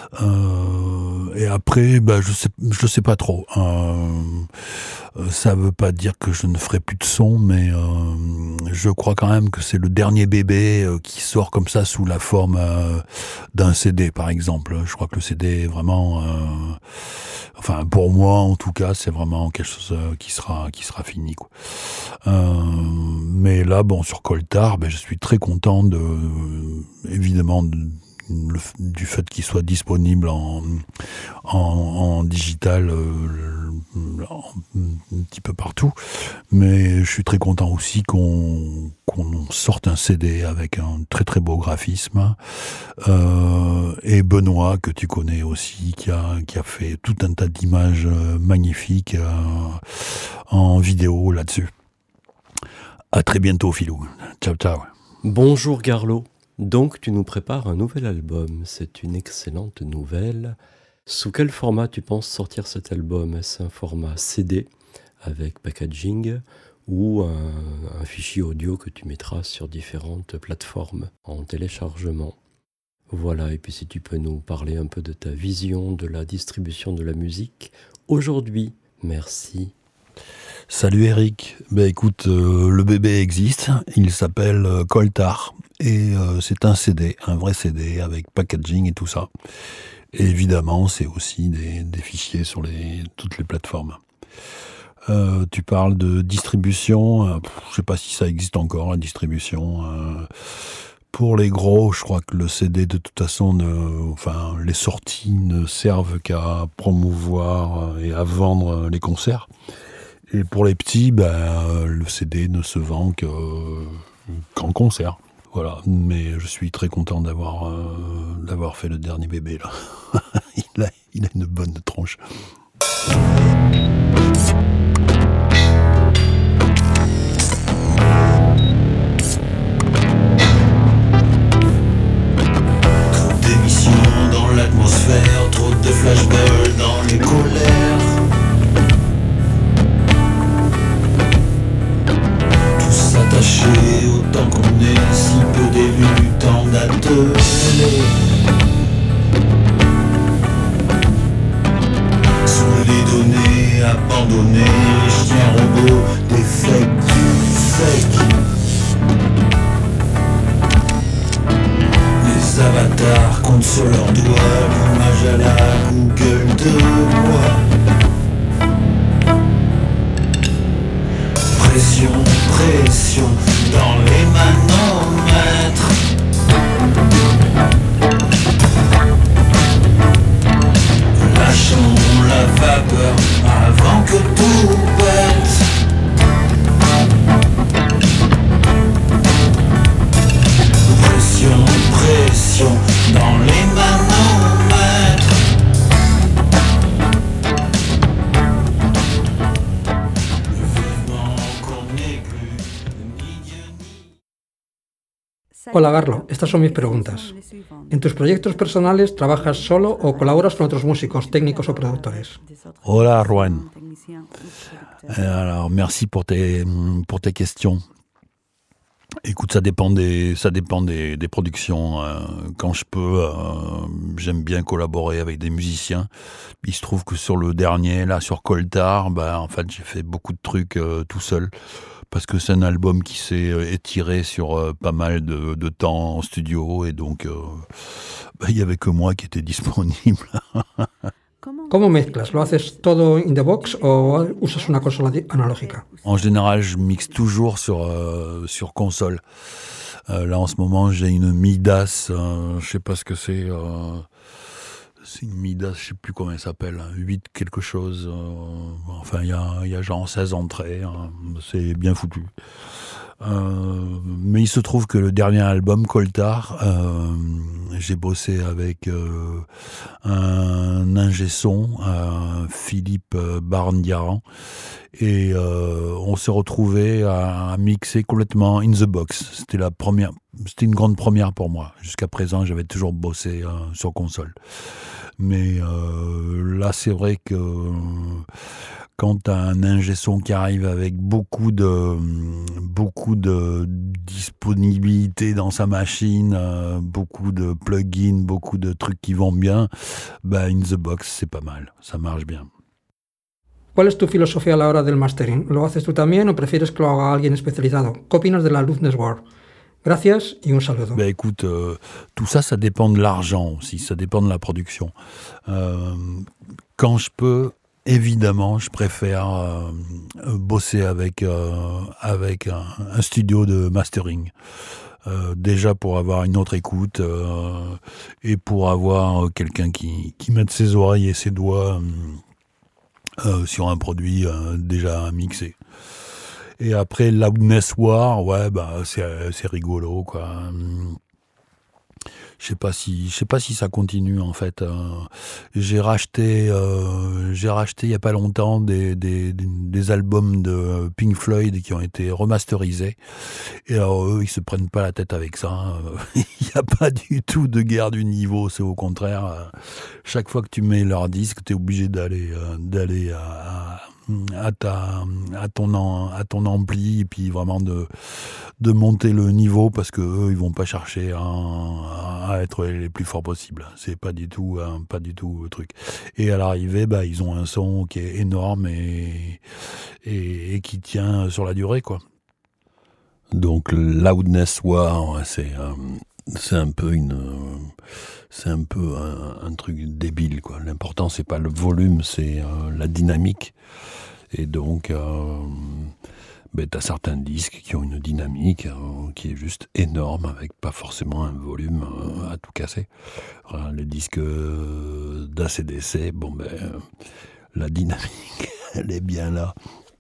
Euh, et après, bah, je sais, je sais pas trop. Euh, ça veut pas dire que je ne ferai plus de son, mais euh, je crois quand même que c'est le dernier bébé euh, qui sort comme ça sous la forme euh, d'un C D, par exemple. Je crois que le C D est vraiment, euh, enfin pour moi en tout cas, c'est vraiment quelque chose euh, qui sera qui sera fini, quoi. Euh, mais là, bon, sur Coltard, ben, je suis très content de, évidemment, de, Le, du fait qu'il soit disponible en, en, en digital euh, en, un petit peu partout, mais je suis très content aussi qu'on, qu'on sorte un C D avec un très très beau graphisme, euh, et Benoît, que tu connais aussi, qui a, qui a fait tout un tas d'images magnifiques euh, en vidéo là-dessus. À très bientôt, Philou. Ciao, ciao.
Bonjour Garlo. Donc tu nous prépares un nouvel album, c'est une excellente nouvelle. Sous quel format tu penses sortir cet album? Est-ce un format C D avec packaging ou un, un fichier audio que tu mettras sur différentes plateformes en téléchargement? Voilà, et puis si tu peux nous parler un peu de ta vision de la distribution de la musique aujourd'hui, merci.
Salut Eric, ben écoute, euh, le bébé existe, il s'appelle euh, Coltard, et euh, c'est un C D, un vrai C D avec packaging et tout ça. Et évidemment, c'est aussi des, des fichiers sur les, toutes les plateformes. Euh, tu parles de distribution, euh, pff, je sais pas si ça existe encore, la distribution. Euh, pour les gros, je crois que le C D, de toute façon, ne, enfin, les sorties ne servent qu'à promouvoir et à vendre les concerts. Et pour les petits, ben, le C D ne se vend que, qu'en concert. Voilà, mais je suis très content d'avoir, euh, d'avoir fait le dernier bébé, là. il, a, il a une bonne tronche.
Trop d'émissions dans l'atmosphère, trop de flashballs dans les colères. S'attacher autant qu'on est, si peu d'élus, tant d'ateliers. Sous les données abandonnées, les chiens robots, des fakes du fake. Les avatars comptent sur leurs doigts, l'image à la Google de moi. Pression, pression dans les manomètres. Lâchons la vapeur avant que tout pète. Pression, pression dans les manomètres.
Hola Garlo, estas son mis preguntas. ¿En tus proyectos personales trabajas solo o colaboras con otros músicos, técnicos o productores?
Hola Juan. Alors merci pour tes, pour tes questions. Écoute, ça dépend des, ça dépend des, des productions. Euh, quand je peux, euh, j'aime bien collaborer avec des musiciens. Il se trouve que sur le dernier, là, sur Coltar, bah, en fait, j'ai fait beaucoup de trucs euh, tout seul. Parce que c'est un album qui s'est étiré sur euh, pas mal de, de temps en studio. Et donc, euh, bah, il n'y avait que moi qui était disponible.
¿Cómo mezclas? ¿Lo haces todo in the box o usas una consola analógica?
En général, je mixe toujours sur, euh, sur console. Euh, là, en ce moment, j'ai une Midas, euh, je sais pas ce que c'est. Euh, c'est une Midas, je sais plus comment elle s'appelle, huit quelque chose. Euh, enfin, il y a, y a genre seize entrées. Hein, c'est bien foutu. Euh, mais il se trouve que le dernier album, Coltar, euh, j'ai bossé avec euh, un ingé son, euh, Philippe Barndiaran, et euh, on s'est retrouvé à, à mixer complètement in the box. C'était la première, c'était une grande première pour moi. Jusqu'à présent, j'avais toujours bossé euh, sur console. Mais euh, là, c'est vrai que quand tu as un ingé son qui arrive avec beaucoup de, beaucoup de disponibilité dans sa machine, euh, beaucoup de plugins, beaucoup de trucs qui vont bien, bah, in the box, c'est pas mal. Ça marche bien.
¿Cuál es tu filosofía a la hora del mastering? ¿Lo haces tú también o prefieres que lo haga alguien especializado? ¿Qué opinas de la Loudness War? Gracias y un saludo.
Bah écoute, euh, tout ça, ça dépend de l'argent aussi, ça dépend de la production. Euh, quand je peux, évidemment, je préfère euh, bosser avec, euh, avec un, un studio de mastering. Euh, déjà pour avoir une autre écoute euh, et pour avoir quelqu'un qui, qui mette ses oreilles et ses doigts euh, sur un produit euh, déjà mixé. Et après, Loudness War, ouais, bah, c'est, c'est rigolo, quoi. Je sais pas si, je sais pas si ça continue, en fait. Euh, j'ai racheté, euh, j'ai racheté il y a pas longtemps des, des, des albums de Pink Floyd qui ont été remasterisés. Et alors, eux, ils se prennent pas la tête avec ça. Il n'y a pas du tout de guerre du niveau. C'est au contraire, euh, chaque fois que tu mets leur disque, t'es obligé d'aller, euh, d'aller à, à à ta à ton à ton ampli et puis vraiment de de monter le niveau parce que eux ils vont pas chercher à, à être les plus forts possibles. C'est pas du tout hein, pas du tout le truc. Et à l'arrivée, bah ils ont un son qui est énorme et et, et qui tient sur la durée, quoi. Donc Loudness War, c'est euh, c'est un peu une c'est un peu un, un truc débile, quoi. L'important c'est pas le volume, c'est euh, la dynamique. Et donc euh, ben, t'as certains disques qui ont une dynamique euh, qui est juste énorme avec pas forcément un volume euh, à tout casser. Alors, les disques euh, d'A C D C, bon ben euh, la dynamique elle est bien là.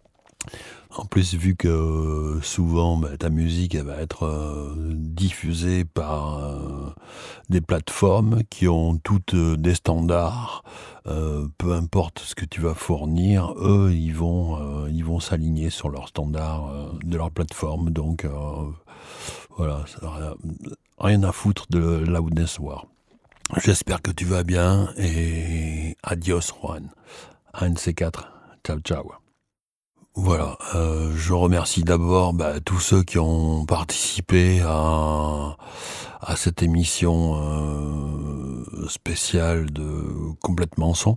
En plus, vu que souvent bah, ta musique elle va être euh, diffusée par euh, des plateformes qui ont toutes euh, des standards, euh, peu importe ce que tu vas fournir, eux ils vont euh, ils vont s'aligner sur leurs standards euh, de leur plateforme. Donc euh, voilà, ça n'a rien à foutre de Loudness War. J'espère que tu vas bien et adios Juan. un C quatre. Ciao ciao. Voilà, euh, je remercie d'abord bah, tous ceux qui ont participé à, à cette émission euh, spéciale de Complètement Son.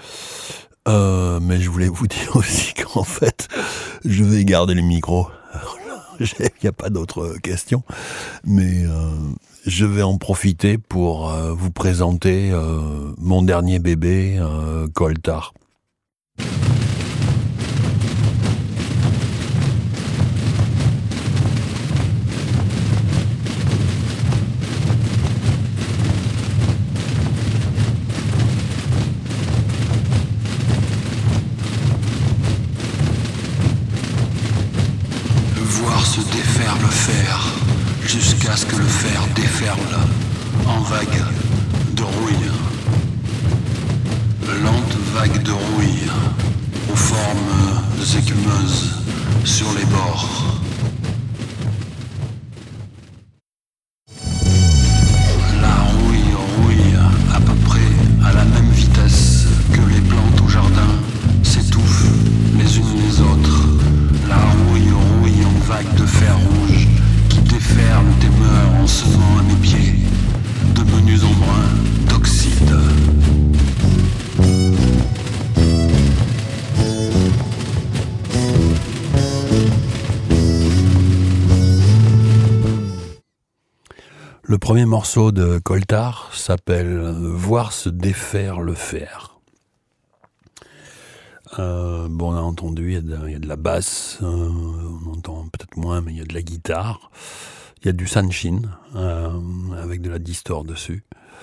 Euh, mais je voulais vous dire aussi qu'en fait, je vais garder le micro. Il n'y a pas d'autres questions, mais euh, je vais en profiter pour euh, vous présenter euh, mon dernier bébé, euh, Coltar.
Se défaire le fer, jusqu'à ce que le fer déferle en vague de rouille. Lente vague de rouille, aux formes écumeuses sur les bords. La rouille rouille à peu près à la même vitesse que les plantes au jardin s'étouffent les unes les autres. La rouille rouille en vague de fer rouge qui
Le premier morceau de Coltart s'appelle « Voir se défaire le fer ». Euh, bon, on a entendu, il y a de, il y a de la basse, euh, on entend peut-être moins, mais il y a de la guitare. Il y a du sanshin, euh, avec de la distort dessus.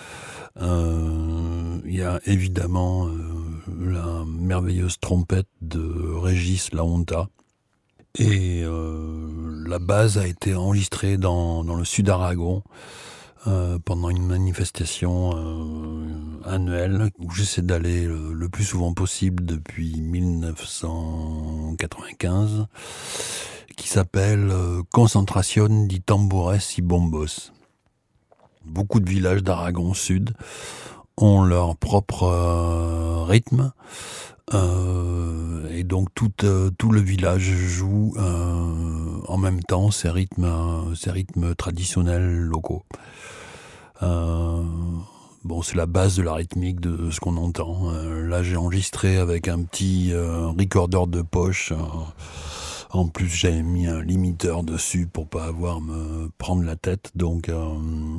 Euh, il y a évidemment euh, la merveilleuse trompette de Régis Lahonta. Et euh, la base a été enregistrée dans, dans le Sud-Aragon euh, pendant une manifestation euh, annuelle où j'essaie d'aller le, le plus souvent possible depuis dix-neuf cent quatre-vingt-quinze, qui s'appelle euh, Concentration di Tambores y Bombos. Beaucoup de villages d'Aragon Sud ont leur propre euh, rythme. Euh, et donc tout, euh, tout le village joue euh, en même temps ces rythmes, euh, ces rythmes traditionnels locaux. Euh, bon, c'est la base de la rythmique de ce qu'on entend. Euh, là, j'ai enregistré avec un petit euh, recorder de poche. Euh, en plus, j'avais mis un limiteur dessus pour pas avoir à me prendre la tête. Donc, euh,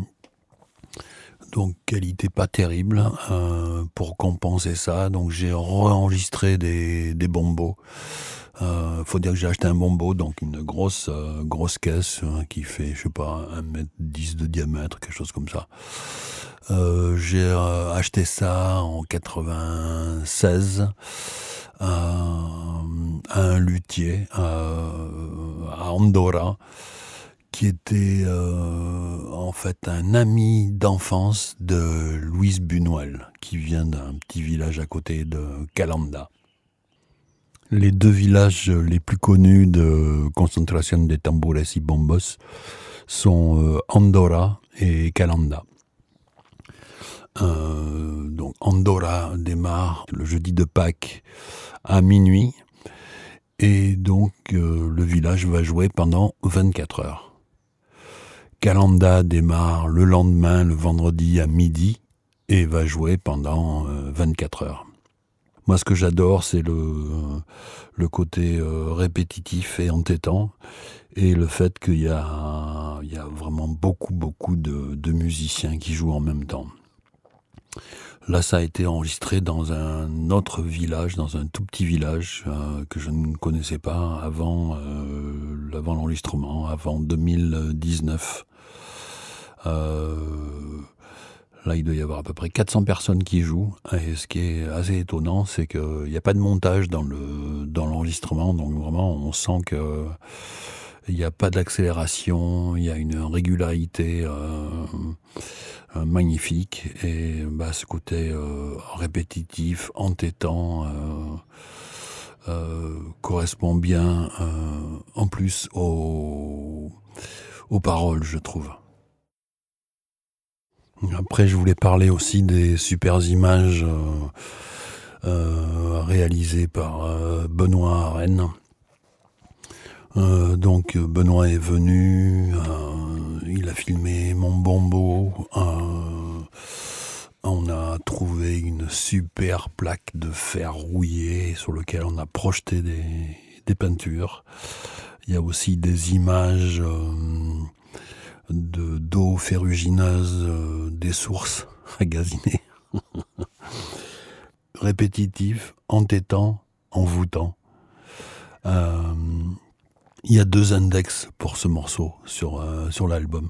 Donc qualité pas terrible euh, pour compenser ça. Donc j'ai re-enregistré des, des bombos. Euh, faut dire que j'ai acheté un bombo, donc une grosse euh, grosse caisse euh, qui fait, je sais pas, un mètre dix de diamètre, quelque chose comme ça. Euh, j'ai euh, acheté ça en quatre-vingt-seize euh, à un luthier euh, à Andorra, qui était euh, en fait un ami d'enfance de Louise Buñuel, qui vient d'un petit village à côté de Calanda. Les deux villages les plus connus de Concentration de Tambores y Bombos sont euh, Andorra et Calanda. Euh, donc Andorra démarre le jeudi de Pâques à minuit, et donc euh, le village va jouer pendant vingt-quatre heures. Calanda démarre le lendemain, le vendredi à midi, et va jouer pendant euh, vingt-quatre heures. Moi, ce que j'adore, c'est le, euh, le côté euh, répétitif et entêtant, et le fait qu'il y a, il y a vraiment beaucoup, beaucoup de, de musiciens qui jouent en même temps. Là, ça a été enregistré dans un autre village, dans un tout petit village euh, que je ne connaissais pas avant, euh, avant l'enregistrement, avant deux mille dix-neuf. Euh, là, il doit y avoir à peu près quatre cents personnes qui jouent. Et ce qui est assez étonnant, c'est qu'il n'y a pas de montage dans, le, dans l'enregistrement. Donc vraiment, on sent que il n'y a pas d'accélération, il y a une régularité euh, euh, magnifique, et bah, ce côté euh, répétitif, entêtant, euh, euh, correspond bien euh, en plus aux, aux paroles, je trouve. Après, je voulais parler aussi des super images euh, euh, réalisées par euh, Benoît Arène. Euh, donc Benoît est venu, euh, il a filmé mon bombo, euh, on a trouvé une super plaque de fer rouillé sur lequel on a projeté des, des peintures. Il y a aussi des images euh, de, d'eau ferrugineuse euh, des sources à Gaziné. Répétitif, entêtant, envoûtant. Euh, Il y a deux index pour ce morceau sur, euh, sur l'album.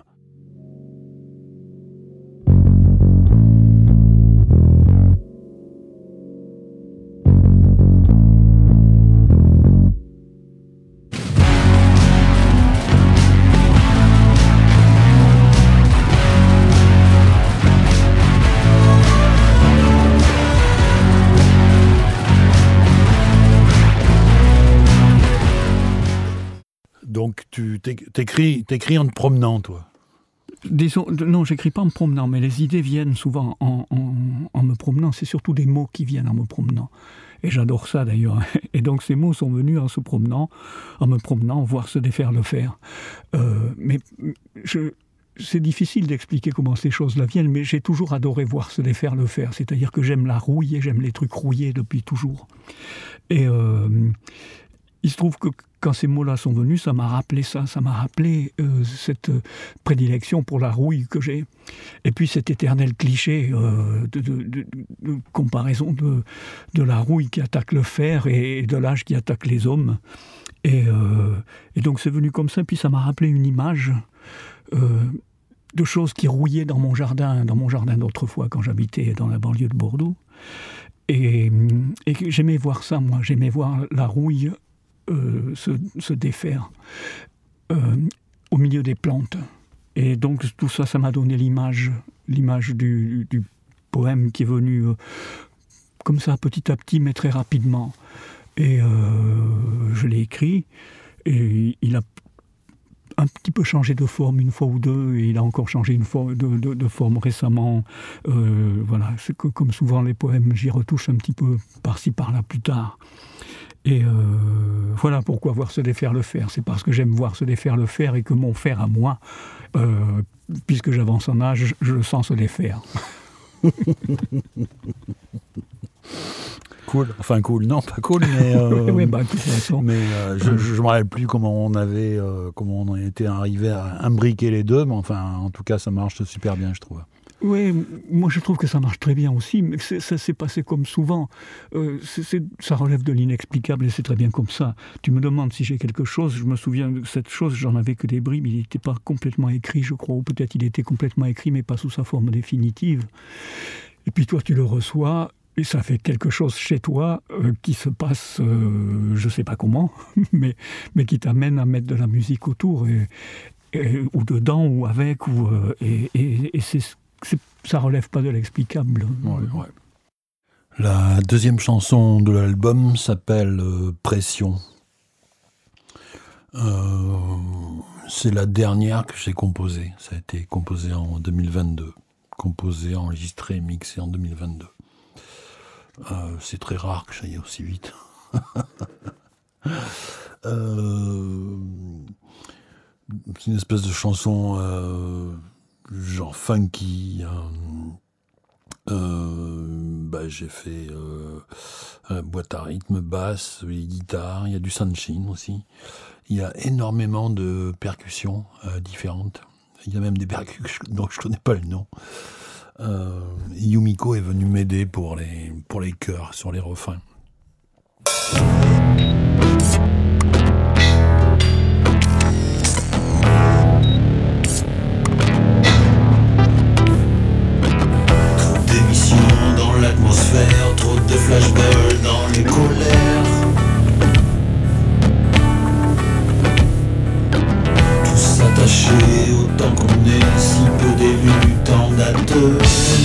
Donc tu t'écris, t'écris en te promenant, toi?
Disons, non, j'écris pas en me promenant, mais les idées viennent souvent en, en, en me promenant. C'est surtout des mots qui viennent en me promenant. Et j'adore ça d'ailleurs. Et donc ces mots sont venus en se promenant, en me promenant, voir se défaire le faire. Euh, mais je, c'est difficile d'expliquer comment ces choses-là viennent, mais j'ai toujours adoré voir se défaire le faire. C'est-à-dire que j'aime la rouille, j'aime les trucs rouillés depuis toujours. Et... Euh, il se trouve que quand ces mots-là sont venus, ça m'a rappelé ça, ça m'a rappelé euh, cette prédilection pour la rouille que j'ai. Et puis cet éternel cliché euh, de, de, de, de comparaison de, de la rouille qui attaque le fer et de l'âge qui attaque les hommes. Et, euh, et donc c'est venu comme ça, puis ça m'a rappelé une image euh, de choses qui rouillaient dans mon jardin, dans mon jardin d'autrefois quand j'habitais dans la banlieue de Bordeaux. Et, et j'aimais voir ça, moi, j'aimais voir la rouille euh, se, se défaire euh, au milieu des plantes. Et donc tout ça, ça m'a donné l'image, l'image du, du poème qui est venu euh, comme ça, petit à petit, mais très rapidement. Et euh, je l'ai écrit, et il a un petit peu changé de forme une fois ou deux, et il a encore changé une forme de, de, de forme récemment. Euh, voilà, c'est que comme souvent les poèmes, j'y retouche un petit peu par-ci par-là plus tard. Et euh, voilà pourquoi voir se défaire le fer. C'est parce que j'aime voir se défaire le fer et que mon fer à moi, euh, puisque j'avance en âge, je le sens se défaire.
Cool, enfin cool, non pas cool, mais euh,
oui, bah, de toute façon.
mais euh, je ne me rappelle plus comment on avait, euh, comment on était arrivé à imbriquer les deux, mais enfin en tout cas ça marche super bien, je trouve.
Oui, moi je trouve que ça marche très bien aussi, mais c'est, ça s'est passé comme souvent. Euh, c'est, c'est, ça relève de l'inexplicable et c'est très bien comme ça. Tu me demandes si j'ai quelque chose, je me souviens de cette chose, j'en avais que des bribes, il n'était pas complètement écrit, je crois, ou peut-être il était complètement écrit, mais pas sous sa forme définitive. Et puis toi tu le reçois. Et ça fait quelque chose chez toi euh, qui se passe, euh, je ne sais pas comment, mais, mais qui t'amène à mettre de la musique autour, et, et, ou dedans, ou avec, ou, euh, et, et, et c'est, c'est, ça ne relève pas de l'explicable.
Ouais, ouais. La deuxième chanson de l'album s'appelle euh, Pression. Euh, c'est la dernière que j'ai composée. Ça a été composé en deux mille vingt-deux. Composé, enregistré, mixé en deux mille vingt-deux. Euh, c'est très rare que j'aille aussi vite. euh, c'est une espèce de chanson euh, genre funky. Euh, euh, bah, j'ai fait euh, euh, boîte à rythme, basse, les guitares, il y a du sunshine aussi. Il y a énormément de percussions euh, différentes. Il y a même des percussions dont je ne connais pas le nom. Euh, Yumiko est venue m'aider pour les, pour les chœurs sur les refrains.
Trop d'émissions dans l'atmosphère, trop de flashballs dans les colères. Tous attachés autant qu'on est, si peu d'élus, tant d'ateliers.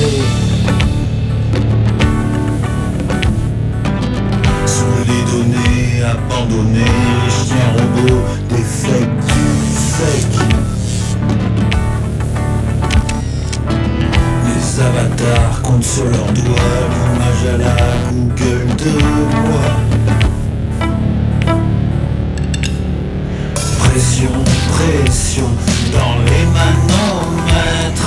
Sous les données abandonnées, les chiens robots, des fakes du fake. Les avatars comptent sur leurs doigts, l'image à la Google de moi. Pression, pression dans les manomètres.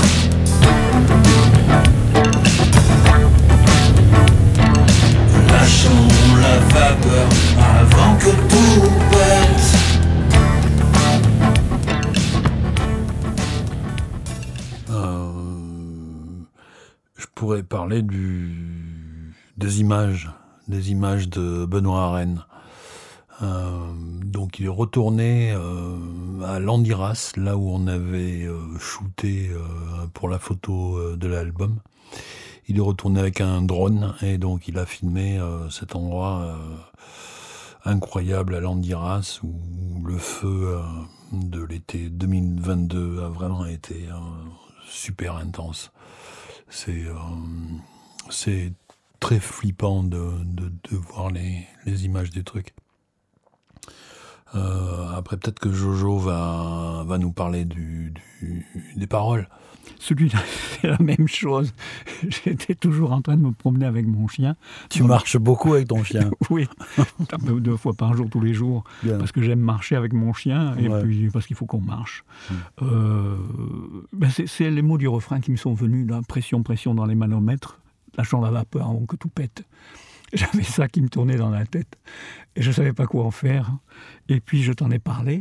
Lâchons la vapeur avant que tout pète.
Euh, je pourrais parler du, des images, des images de Benoît Arène. Euh, donc il est retourné euh, à Landiras, là où on avait euh, shooté euh, pour la photo euh, de l'album. Il est retourné avec un drone et donc il a filmé euh, cet endroit euh, incroyable à Landiras où le feu euh, de l'été deux mille vingt-deux a vraiment été euh, super intense. C'est, euh, c'est très flippant de, de, de voir les, les images des trucs. Euh, après, peut-être que Jojo va, va nous parler du, du, des paroles.
Celui-là, c'est la même chose. J'étais toujours en train de me promener avec mon chien.
Tu Donc, marches beaucoup avec ton chien?
Oui, un peu deux fois par jour, tous les jours. Bien. Parce que j'aime marcher avec mon chien et ouais. puis parce qu'il faut qu'on marche. Hum. Euh, ben c'est, c'est les mots du refrain qui me sont venus, là, pression, pression dans les manomètres, lâchant la vapeur avant que tout pète. j'avais ça qui me tournait dans la tête et je ne savais pas quoi en faire. Et puis je t'en ai parlé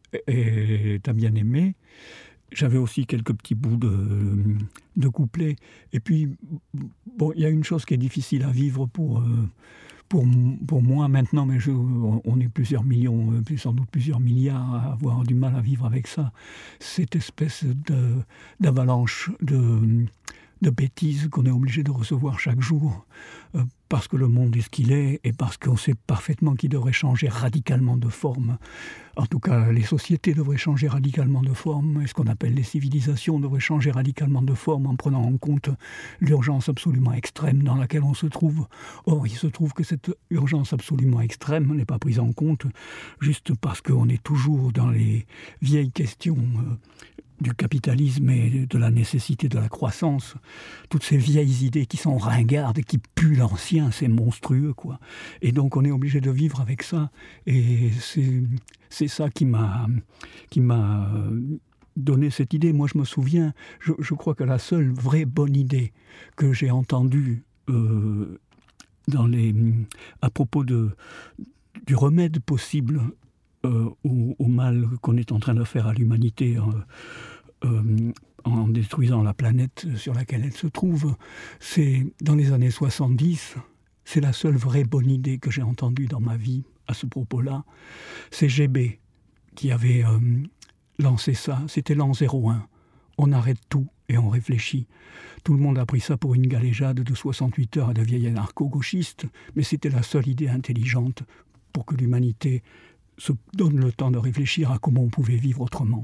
et tu as bien aimé. J'avais aussi quelques petits bouts de, de couplets. Et puis, bon, il y a une chose qui est difficile à vivre pour, pour, pour moi maintenant, mais je, on est plusieurs millions, sans doute plusieurs milliards à avoir du mal à vivre avec ça. Cette espèce de, d'avalanche de, de bêtises qu'on est obligé de recevoir chaque jour, euh, parce que le monde est ce qu'il est et parce qu'on sait parfaitement qu'il devrait changer radicalement de forme. En tout cas, les sociétés devraient changer radicalement de forme et ce qu'on appelle les civilisations devraient changer radicalement de forme en prenant en compte l'urgence absolument extrême dans laquelle on se trouve. Or, il se trouve que cette urgence absolument extrême n'est pas prise en compte juste parce qu'on est toujours dans les vieilles questions euh, du capitalisme et de la nécessité de la croissance, toutes ces vieilles idées qui sont ringardes, qui puent l'ancien, c'est monstrueux, quoi. Et donc on est obligé de vivre avec ça, et c'est, c'est ça qui m'a, qui m'a donné cette idée. Moi je me souviens, je, je crois que la seule vraie bonne idée que j'ai entendue euh, dans les, à propos de, du remède possible Euh, au, au mal qu'on est en train de faire à l'humanité euh, euh, en détruisant la planète sur laquelle elle se trouve, c'est dans les années soixante-dix, c'est la seule vraie bonne idée que j'ai entendue dans ma vie à ce propos-là. C'est G B qui avait euh, lancé ça, c'était l'an zéro un. On arrête tout et on réfléchit. Tout le monde a pris ça pour une galéjade de soixante-huit heures à de vieilles anarcho-gauchistes, mais c'était la seule idée intelligente pour que l'humanité se donne le temps de réfléchir à comment on pouvait vivre autrement.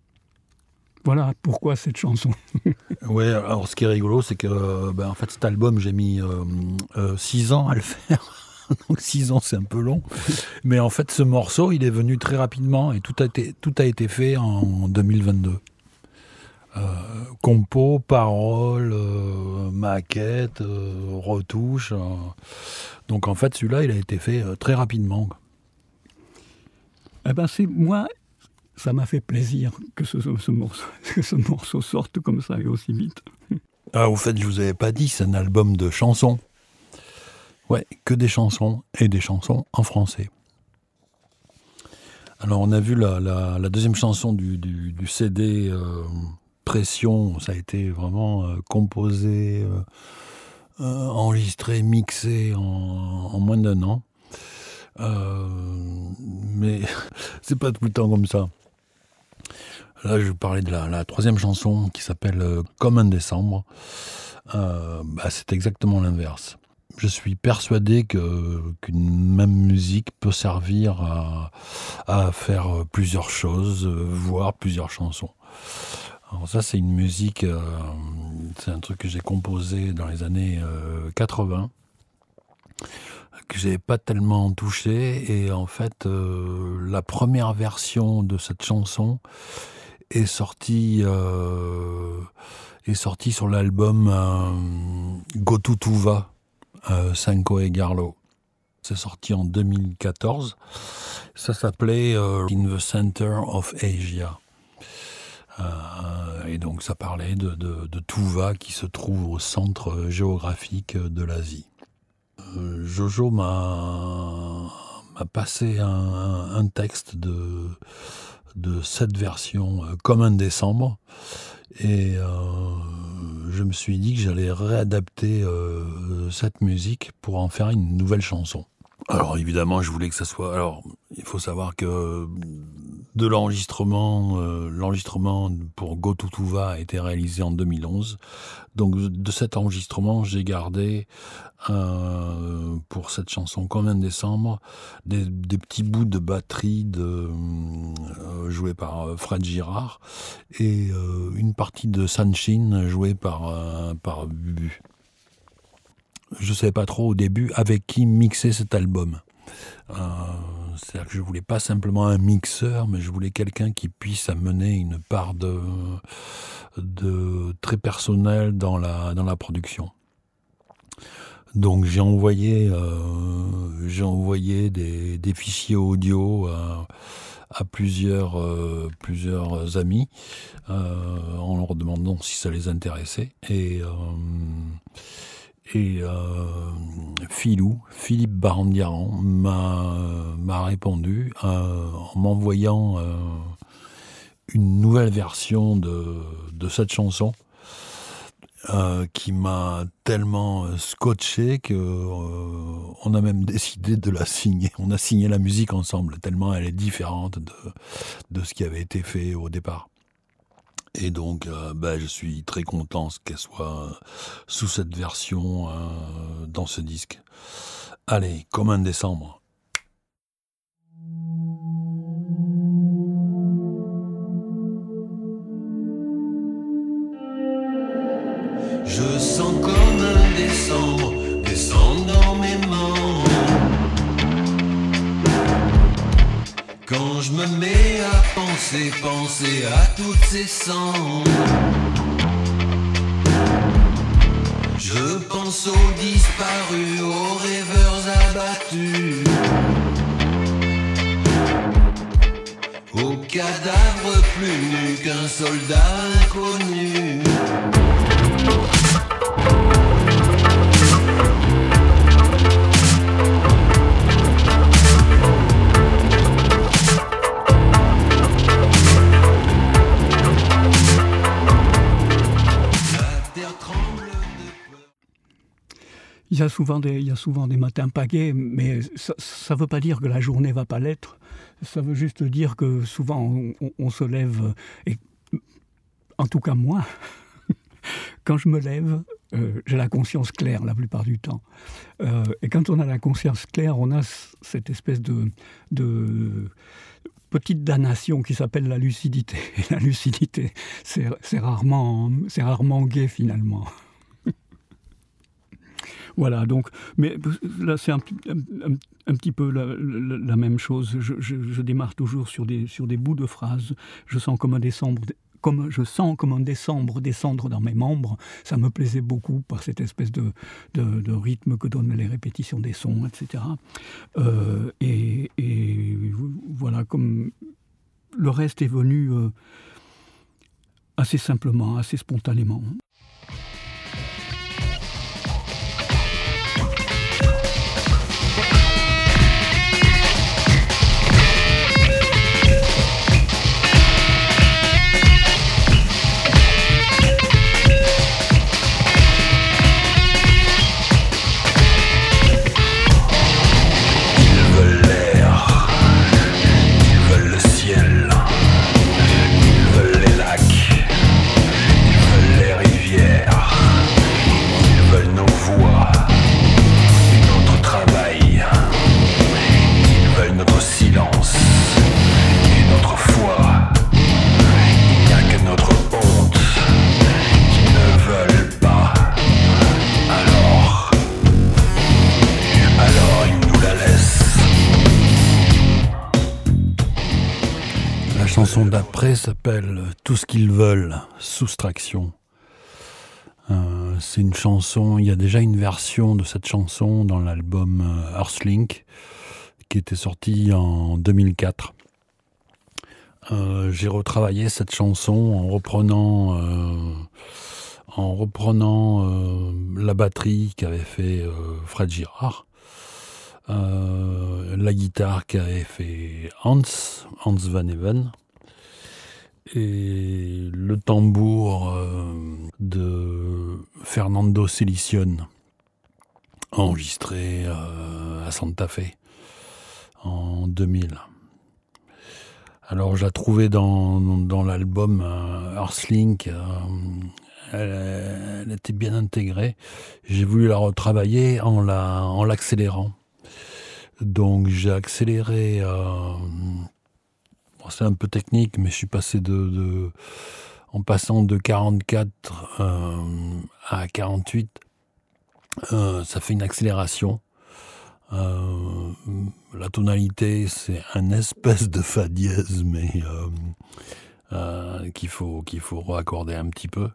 Voilà pourquoi cette chanson.
Ouais, alors ce qui est rigolo, c'est que ben, en fait, cet album, j'ai mis euh, euh, six ans à le faire. Donc six ans, c'est un peu long. Mais en fait, ce morceau, il est venu très rapidement et tout a été, tout a été fait en deux mille vingt-deux. Euh, compo, paroles, euh, maquette, euh, retouche. Euh. Donc en fait, celui-là, il a été fait euh, très rapidement.
Eh ben c'est moi, ça m'a fait plaisir que ce, ce, morceau, que ce morceau sorte comme ça et aussi vite.
Ah, au fait, je vous avais pas dit, c'est un album de chansons. Ouais, que des chansons et des chansons en français. Alors, on a vu la, la, la deuxième chanson du, du, du C D euh, Pression. Ça a été vraiment euh, composé, euh, euh, enregistré, mixé en, en moins d'un an. Euh, mais c'est pas tout le temps comme ça. Là, je vais vous parler de la, la troisième chanson qui s'appelle euh, Comme un décembre. Euh, bah, c'est exactement l'inverse. Je suis persuadé que, qu'une même musique peut servir à, à faire plusieurs choses, voire plusieurs chansons. Alors ça, c'est une musique, euh, c'est un truc que j'ai composé dans les années euh, quatre-vingts. Que j'ai pas tellement touché, et en fait euh, la première version de cette chanson est sortie euh, est sortie sur l'album euh, Gotutuva, euh, Cinco et Garlo. C'est sorti en deux mille quatorze. Ça s'appelait euh, In the Center of Asia. Euh, et donc ça parlait de, de, de Tuva qui se trouve au centre géographique de l'Asie. Jojo m'a, m'a passé un, un texte de, de cette version euh, Comme un décembre, et euh, je me suis dit que j'allais réadapter euh, cette musique pour en faire une nouvelle chanson. Alors évidemment, je voulais que ça soit... Alors, il faut savoir que de l'enregistrement, euh, l'enregistrement pour Gotutuva a été réalisé en deux mille onze. Donc de cet enregistrement, j'ai gardé euh, pour cette chanson Comme un décembre des, des petits bouts de batterie de, euh, joués par euh, Fred Girard et euh, une partie de Sunshine jouée par, euh, par Bubu. Je ne savais pas trop au début avec qui mixer cet album. Euh, c'est-à-dire que je ne voulais pas simplement un mixeur, mais je voulais quelqu'un qui puisse amener une part de, de très personnelle dans la, dans la production. Donc j'ai envoyé, euh, j'ai envoyé des, des fichiers audio à, à plusieurs, euh, plusieurs amis euh, en leur demandant si ça les intéressait. Et... Euh, Et euh, Philou, Philippe Barandiaran, m'a, m'a répondu euh, en m'envoyant euh, une nouvelle version de, de cette chanson euh, qui m'a tellement scotché qu'on euh, a même décidé de la signer. On a signé la musique ensemble, tellement elle est différente de, de ce qui avait été fait au départ. Et donc, euh, ben, je suis très content qu'elle soit euh, sous cette version euh, dans ce disque. Allez, comme un décembre.
Je sens comme un décembre descendre dans mes membres. Quand je me mets à penser, penser à toutes ces cendres, je pense aux disparus, aux rêveurs abattus, aux cadavres plus nus qu'un soldat inconnu.
Il y a souvent des, il y a souvent des matins pagais, mais ça ne veut pas dire que la journée ne va pas l'être. Ça veut juste dire que souvent on, on, on se lève, et en tout cas moi, quand je me lève, euh, j'ai la conscience claire la plupart du temps. Euh, et quand on a la conscience claire, on a cette espèce de, de petite damnation qui s'appelle la lucidité. Et la lucidité, c'est, c'est rarement, c'est rarement gai finalement. Voilà, donc, mais là c'est un, un, un petit peu la, la, la même chose. Je, je, je démarre toujours sur des, sur des bouts de phrases. Je sens comme un décembre, comme je sens comme un décembre descendre dans mes membres. Ça me plaisait beaucoup par cette espèce de, de, de rythme que donnent les répétitions des sons, et cetera. Euh, et, et voilà, comme le reste est venu euh, assez simplement, assez spontanément.
La chanson d'après s'appelle « Tout ce qu'ils veulent », Soustraction. Euh, c'est une chanson, il y a déjà une version de cette chanson dans l'album Earthlink qui était sorti en deux mille quatre. Euh, j'ai retravaillé cette chanson en reprenant, euh, en reprenant euh, la batterie qu'avait fait euh, Fred Girard. Euh, la guitare qu'avait fait Hans, Hans Van Even, et le tambour euh, de Fernando Celicione, enregistré euh, à Santa Fe en deux mille. Alors je la trouvais dans, dans l'album euh, Earthlink, euh, elle, elle était bien intégrée. J'ai voulu la retravailler en, la, en l'accélérant. Donc j'ai accéléré, euh, bon, c'est un peu technique, mais je suis passé de, de en passant de quarante-quatre euh, à quarante-huit, euh, ça fait une accélération. Euh, la tonalité, c'est un espèce de fa dièse, mais euh, euh, qu'il faut qu'il faut raccorder un petit peu.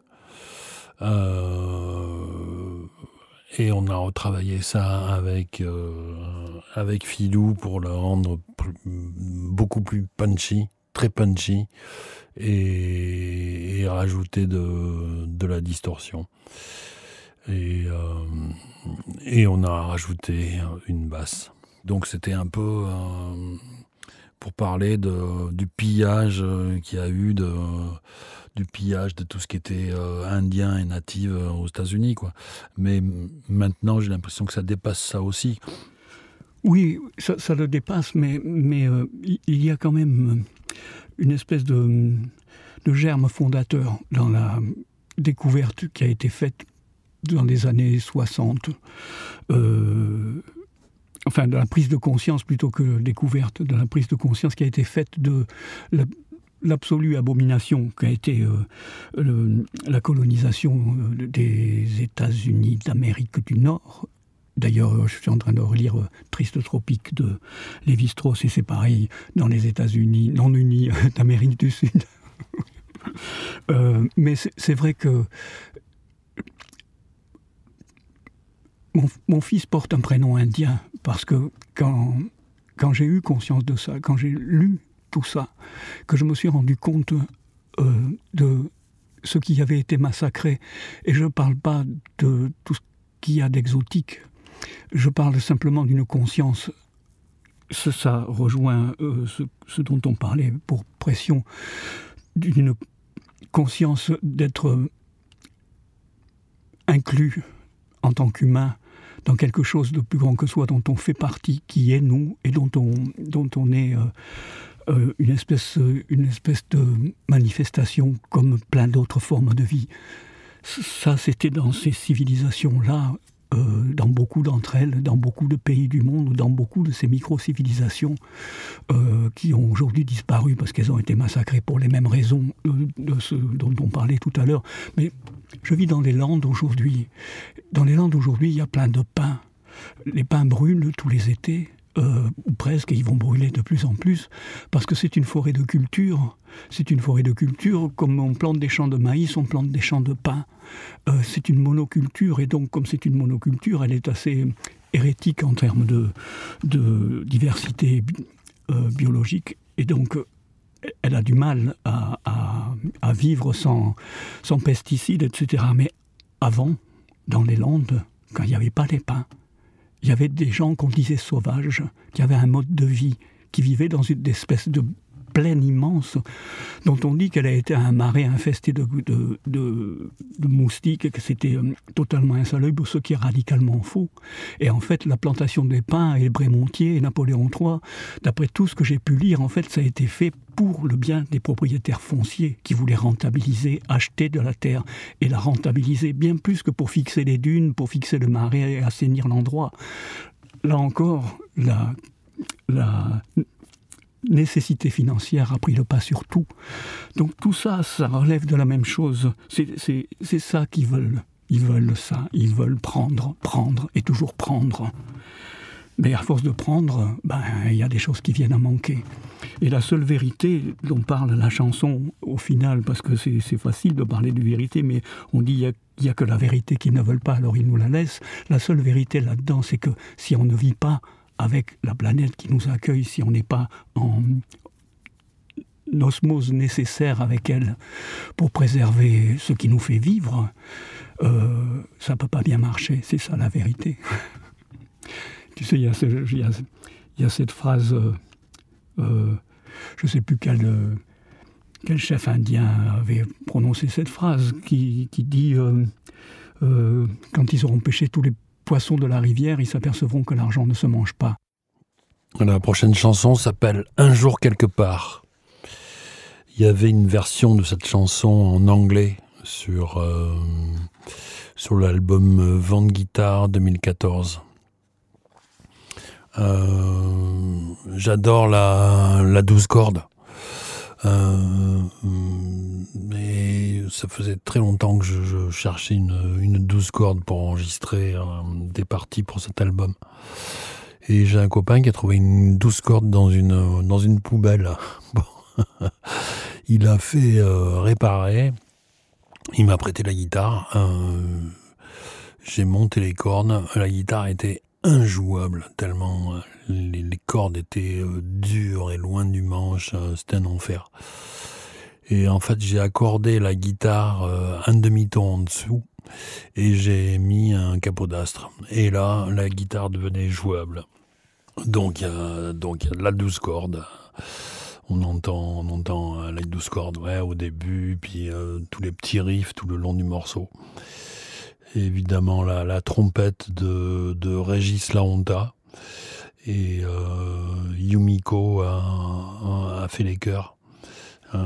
Euh, Et on a retravaillé ça avec, euh, avec Philou pour le rendre plus, beaucoup plus punchy, très punchy, et, et rajouter de, de la distorsion. Et, euh, et on a rajouté une basse. Donc c'était un peu euh, pour parler de, du pillage qu'il y a eu, de, du pillage de tout ce qui était euh, indien et natif aux États-Unis, quoi. Mais maintenant, j'ai l'impression que ça dépasse ça aussi.
Oui, ça, ça le dépasse, mais, mais euh, il y a quand même une espèce de, de germe fondateur dans la découverte qui a été faite dans les années soixante. Euh, enfin, de la prise de conscience plutôt que découverte, de la prise de conscience qui a été faite de la, l'absolue abomination qu'a été euh, le, la colonisation des États-Unis d'Amérique du Nord. D'ailleurs, je suis en train de relire euh, Triste Tropique de Lévi-Strauss, et c'est pareil dans les États-Unis non unis d'Amérique du Sud. euh, mais c'est, c'est vrai que mon, mon fils porte un prénom indien, parce que quand, quand j'ai eu conscience de ça, quand j'ai lu tout ça, que je me suis rendu compte euh, de ce qui avait été massacré, et je ne parle pas de tout ce qu'il y a d'exotique, je parle simplement d'une conscience. Ça, ça rejoint euh, ce, ce dont on parlait pour Pression, d'une conscience d'être inclus en tant qu'humain dans quelque chose de plus grand que soi, dont on fait partie, qui est nous, et dont on, dont on est euh, euh, une espèce, une espèce de manifestation comme plein d'autres formes de vie. Ça, c'était dans ces civilisations-là, Euh, dans beaucoup d'entre elles, dans beaucoup de pays du monde, dans beaucoup de ces micro-civilisations euh, qui ont aujourd'hui disparu parce qu'elles ont été massacrées pour les mêmes raisons de, de ce dont on parlait tout à l'heure. Mais je vis dans les Landes aujourd'hui. Dans les Landes aujourd'hui, il y a plein de pins. Les pins brûlent tous les étés, euh, ou presque, et ils vont brûler de plus en plus, parce que c'est une forêt de culture. C'est une forêt de culture, comme on plante des champs de maïs, on plante des champs de pins. Euh, c'est une monoculture, et donc comme c'est une monoculture, elle est assez hérétique en termes de, de diversité euh, biologique, et donc elle a du mal à, à, à vivre sans, sans pesticides, et cetera. Mais avant, dans les Landes, quand il n'y avait pas les pins, il y avait des gens qu'on disait sauvages, qui avaient un mode de vie, qui vivaient dans une espèce de plaine immense, dont on dit qu'elle a été un marais infesté de, de, de, de moustiques, et que c'était euh, totalement insalubre, ce qui est radicalement faux. Et en fait, la plantation des pins et Brémontier et Napoléon trois, d'après tout ce que j'ai pu lire, en fait, ça a été fait pour le bien des propriétaires fonciers qui voulaient rentabiliser, acheter de la terre et la rentabiliser, bien plus que pour fixer les dunes, pour fixer le marais et assainir l'endroit. Là encore, la... la nécessité financière a pris le pas sur tout. Donc tout ça, ça relève de la même chose. C'est, c'est, c'est ça qu'ils veulent. Ils veulent ça. Ils veulent prendre, prendre et toujours prendre. Mais à force de prendre, ben, il y a des choses qui viennent à manquer. Et la seule vérité dont parle la chanson, au final, parce que c'est, c'est facile de parler de vérité, mais on dit qu'il n'y a, a que la vérité qu'ils ne veulent pas, alors ils nous la laissent. La seule vérité là-dedans, c'est que si on ne vit pas avec la planète qui nous accueille, si on n'est pas en osmose nécessaire avec elle pour préserver ce qui nous fait vivre, euh, ça ne peut pas bien marcher. C'est ça la vérité. Tu sais, il y a, ce, il y a, il y a cette phrase, euh, euh, je ne sais plus quel, euh, quel chef indien avait prononcé cette phrase, qui, qui dit euh, euh, quand ils auront pêché tous les poissons de la rivière, ils s'apercevront que l'argent ne se mange pas.
La prochaine chanson s'appelle « Un jour quelque part ». Il y avait une version de cette chanson en anglais sur, euh, sur l'album Vent de guitare deux mille quatorze. Euh, j'adore la, la douze cordes. Euh, mais ça faisait très longtemps que je, je cherchais une, une douze cordes pour enregistrer euh, des parties pour cet album. Et j'ai un copain qui a trouvé une douze cordes dans une, dans une poubelle. Bon. Il a fait euh, réparer. Il m'a prêté la guitare. Euh, j'ai monté les cordes. La guitare était injouable, tellement les, les cordes étaient euh, dures et loin du manche, euh, c'était un enfer. Et en fait, j'ai accordé la guitare euh, un demi-ton en dessous, et j'ai mis un capot d'astre. Et là, la guitare devenait jouable. Donc il y a donc, y a de la douze cordes. On entend, on entend euh, la douze cordes ouais, au début, puis euh, tous les petits riffs tout le long du morceau. Et évidemment, la, la trompette de, de Régis Lahonta. Et euh, Yumiko a, a fait les chœurs. Euh,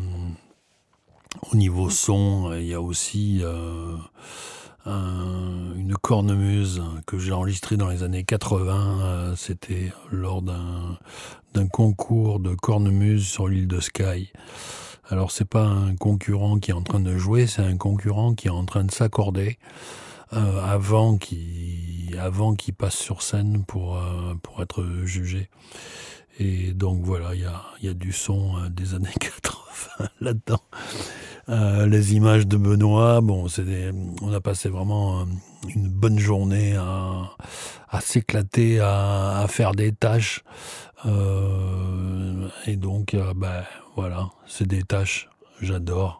au niveau son, il y a aussi euh, un, une cornemuse que j'ai enregistrée dans les années quatre-vingts. Euh, c'était lors d'un, d'un concours de cornemuse sur l'île de Skye. Alors c'est pas un concurrent qui est en train de jouer, c'est un concurrent qui est en train de s'accorder euh, avant qu'il, avant qu'il passe sur scène pour, euh, pour être jugé. Et donc voilà, il y a, y a du son euh, des années quatre-vingts là-dedans. Euh, les images de Benoît, bon, c'est des, on a passé vraiment une bonne journée à, à s'éclater, à, à faire des tâches. Euh, et donc, euh, ben voilà, c'est des tâches, j'adore.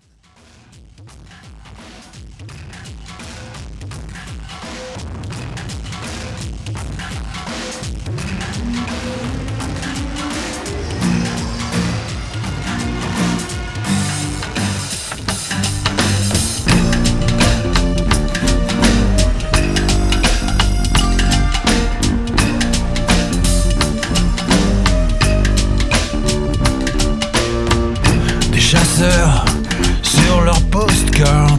Sur leurs postcards,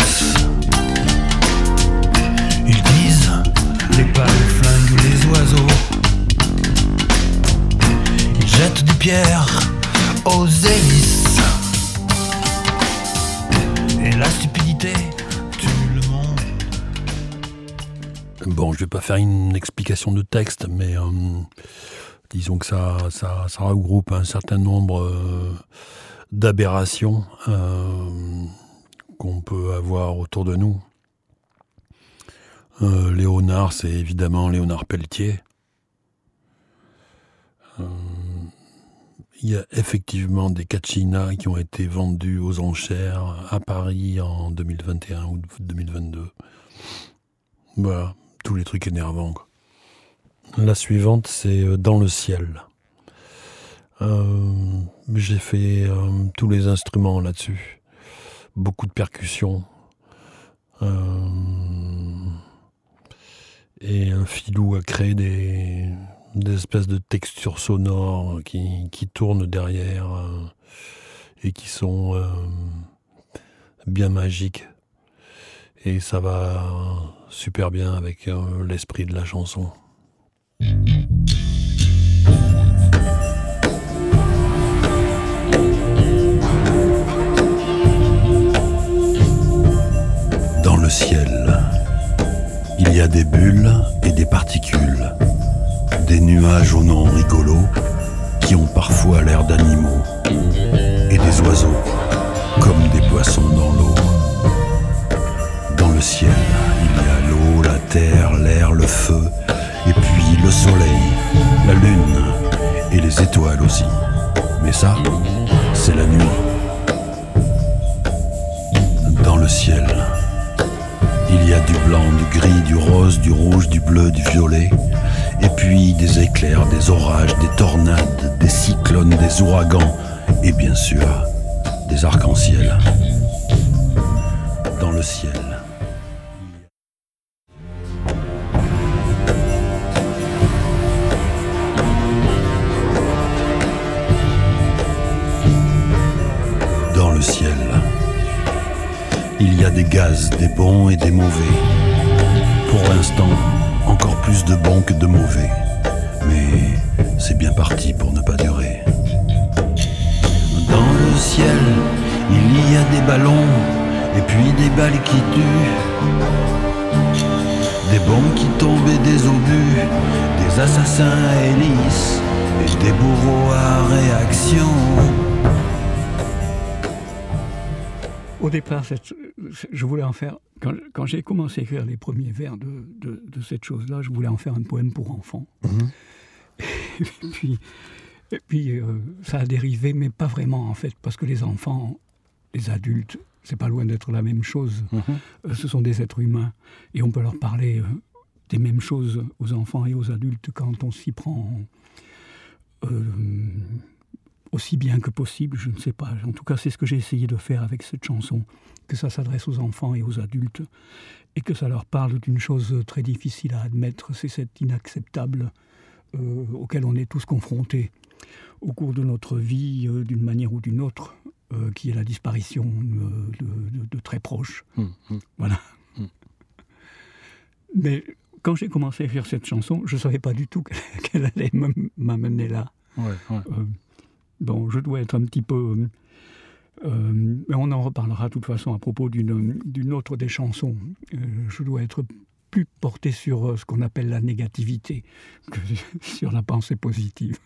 ils disent les balles flinguent les oiseaux. Ils jettent des pierres aux hélices. Et la stupidité tue le monde.
Bon, je vais pas faire une explication de texte, mais euh, disons que ça, ça, ça regroupe un certain nombre euh, d'aberrations euh, qu'on peut avoir autour de nous. Euh, Léonard, c'est évidemment Léonard Pelletier. Euh, il y a effectivement des Kachina qui ont été vendus aux enchères à Paris en deux mille vingt et un ou deux mille vingt-deux. Voilà, tous les trucs énervants, quoi. La suivante, c'est Dans le ciel. Euh, j'ai fait euh, tous les instruments là-dessus, beaucoup de percussions euh, et un filou a créé des, des espèces de textures sonores qui, qui tournent derrière euh, et qui sont euh, bien magiques, et ça va super bien avec euh, l'esprit de la chanson.
Dans le ciel, il y a des bulles et des particules, des nuages aux noms rigolos qui ont parfois l'air d'animaux, et des oiseaux comme des poissons dans l'eau. Dans le ciel, il y a l'eau, la terre, l'air, le feu, et puis le soleil, la lune et les étoiles aussi. Mais ça, c'est la nuit. Dans le ciel, il y a du blanc, du gris, du rose, du rouge, du bleu, du violet, et puis des éclairs, des orages, des tornades, des cyclones, des ouragans, et bien sûr, des arcs-en-ciel. Dans le ciel. Dans le ciel, il y a des gaz, des bons et des mauvais. Pour l'instant, encore plus de bons que de mauvais. Mais c'est bien parti pour ne pas durer. Dans le ciel, il y a des ballons et puis des balles qui tuent. Des bombes qui tombent et des obus, des assassins à hélice et des bourreaux à réaction.
Au départ, cette, je voulais en faire, quand, quand j'ai commencé à écrire les premiers vers de, de, de cette chose-là, je voulais en faire un poème pour enfants. Mmh. Et puis, et puis euh, ça a dérivé, mais pas vraiment en fait, parce que les enfants, les adultes, c'est pas loin d'être la même chose.
Mmh.
Euh, ce sont des êtres humains et on peut leur parler euh, des mêmes choses aux enfants et aux adultes quand on s'y prend euh, aussi bien que possible, je ne sais pas. En tout cas, c'est ce que j'ai essayé de faire avec cette chanson, que ça s'adresse aux enfants et aux adultes et que ça leur parle d'une chose très difficile à admettre, c'est cet inacceptable euh, auquel on est tous confrontés au cours de notre vie, euh, d'une manière ou d'une autre, euh, qui est la disparition de, de, de, de très proches.
Mmh, mmh.
Voilà.
Mmh.
Mais quand j'ai commencé à faire cette chanson, je ne savais pas du tout qu'elle, qu'elle allait m'amener là.
Ouais, ouais.
Euh, bon, je dois être un petit peu... Euh, mais on en reparlera de toute façon à propos d'une, d'une autre des chansons. Euh, je dois être plus porté sur euh, ce qu'on appelle la négativité que sur la pensée positive.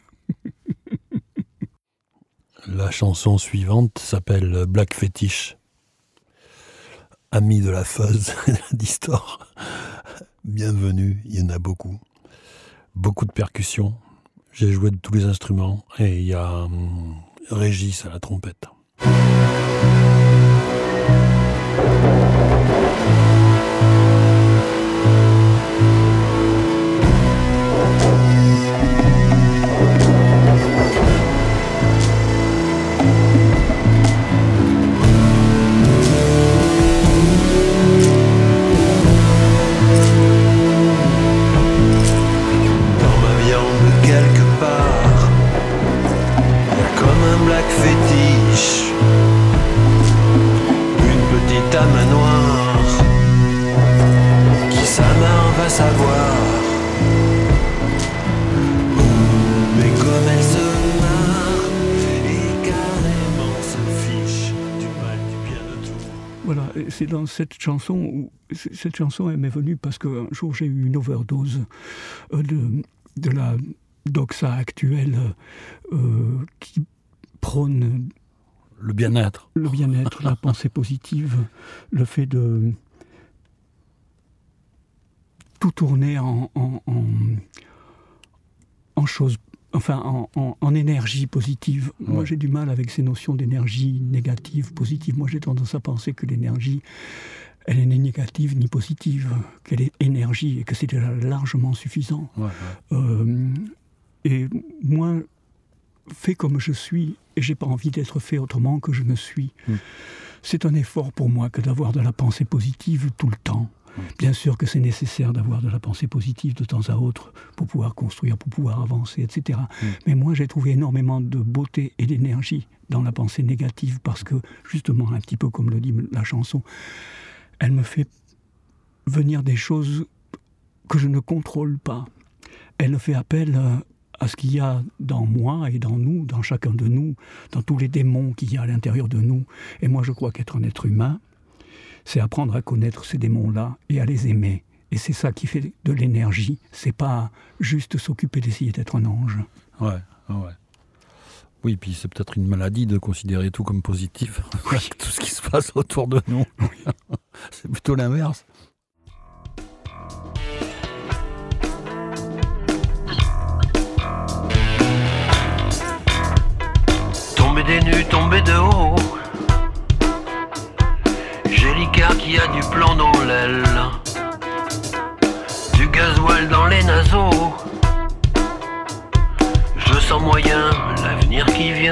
La chanson suivante s'appelle Black Fetish. Ami de la fuzz et de la distor. Bienvenue, il y en a beaucoup. Beaucoup de percussions. J'ai joué de tous les instruments et il y a hum, Régis à la trompette.
C'est dans cette chanson où cette chanson elle m'est venue parce qu'un jour j'ai eu une overdose de, de la doxa actuelle euh, qui prône
le bien-être,
le bien-être, la pensée positive, le fait de tout tourner en en, en, en choses, enfin en, en, en énergie positive. Ouais. Moi j'ai du mal avec ces notions d'énergie négative, positive. Moi j'ai tendance à penser que l'énergie, elle est ni négative ni positive, qu'elle est énergie et que c'est déjà largement suffisant.
Ouais, ouais.
Euh, et moi, fait comme je suis, et j'ai pas envie d'être fait autrement que je ne suis. Mm. C'est un effort pour moi que d'avoir de la pensée positive tout le temps. Bien sûr que c'est nécessaire d'avoir de la pensée positive de temps à autre pour pouvoir construire, pour pouvoir avancer, et cetera. Mmh. Mais moi, j'ai trouvé énormément de beauté et d'énergie dans la pensée négative parce que, justement, un petit peu comme le dit la chanson, elle me fait venir des choses que je ne contrôle pas. Elle fait appel à ce qu'il y a dans moi et dans nous, dans chacun de nous, dans tous les démons qu'il y a à l'intérieur de nous. Et moi, je crois qu'être un être humain, c'est apprendre à connaître ces démons-là et à les aimer. Et c'est ça qui fait de l'énergie. C'est pas juste s'occuper d'essayer d'être un ange.
Ouais, ouais. Oui, puis c'est peut-être une maladie de considérer tout comme positif, oui. Avec tout ce qui se passe autour de nous. Oui. C'est plutôt l'inverse.
Tomber des nues, tomber de haut. J'ai l'Icare qui a du plomb dans l'aile, du gasoil dans les naseaux. Je sens moyen l'avenir qui vient.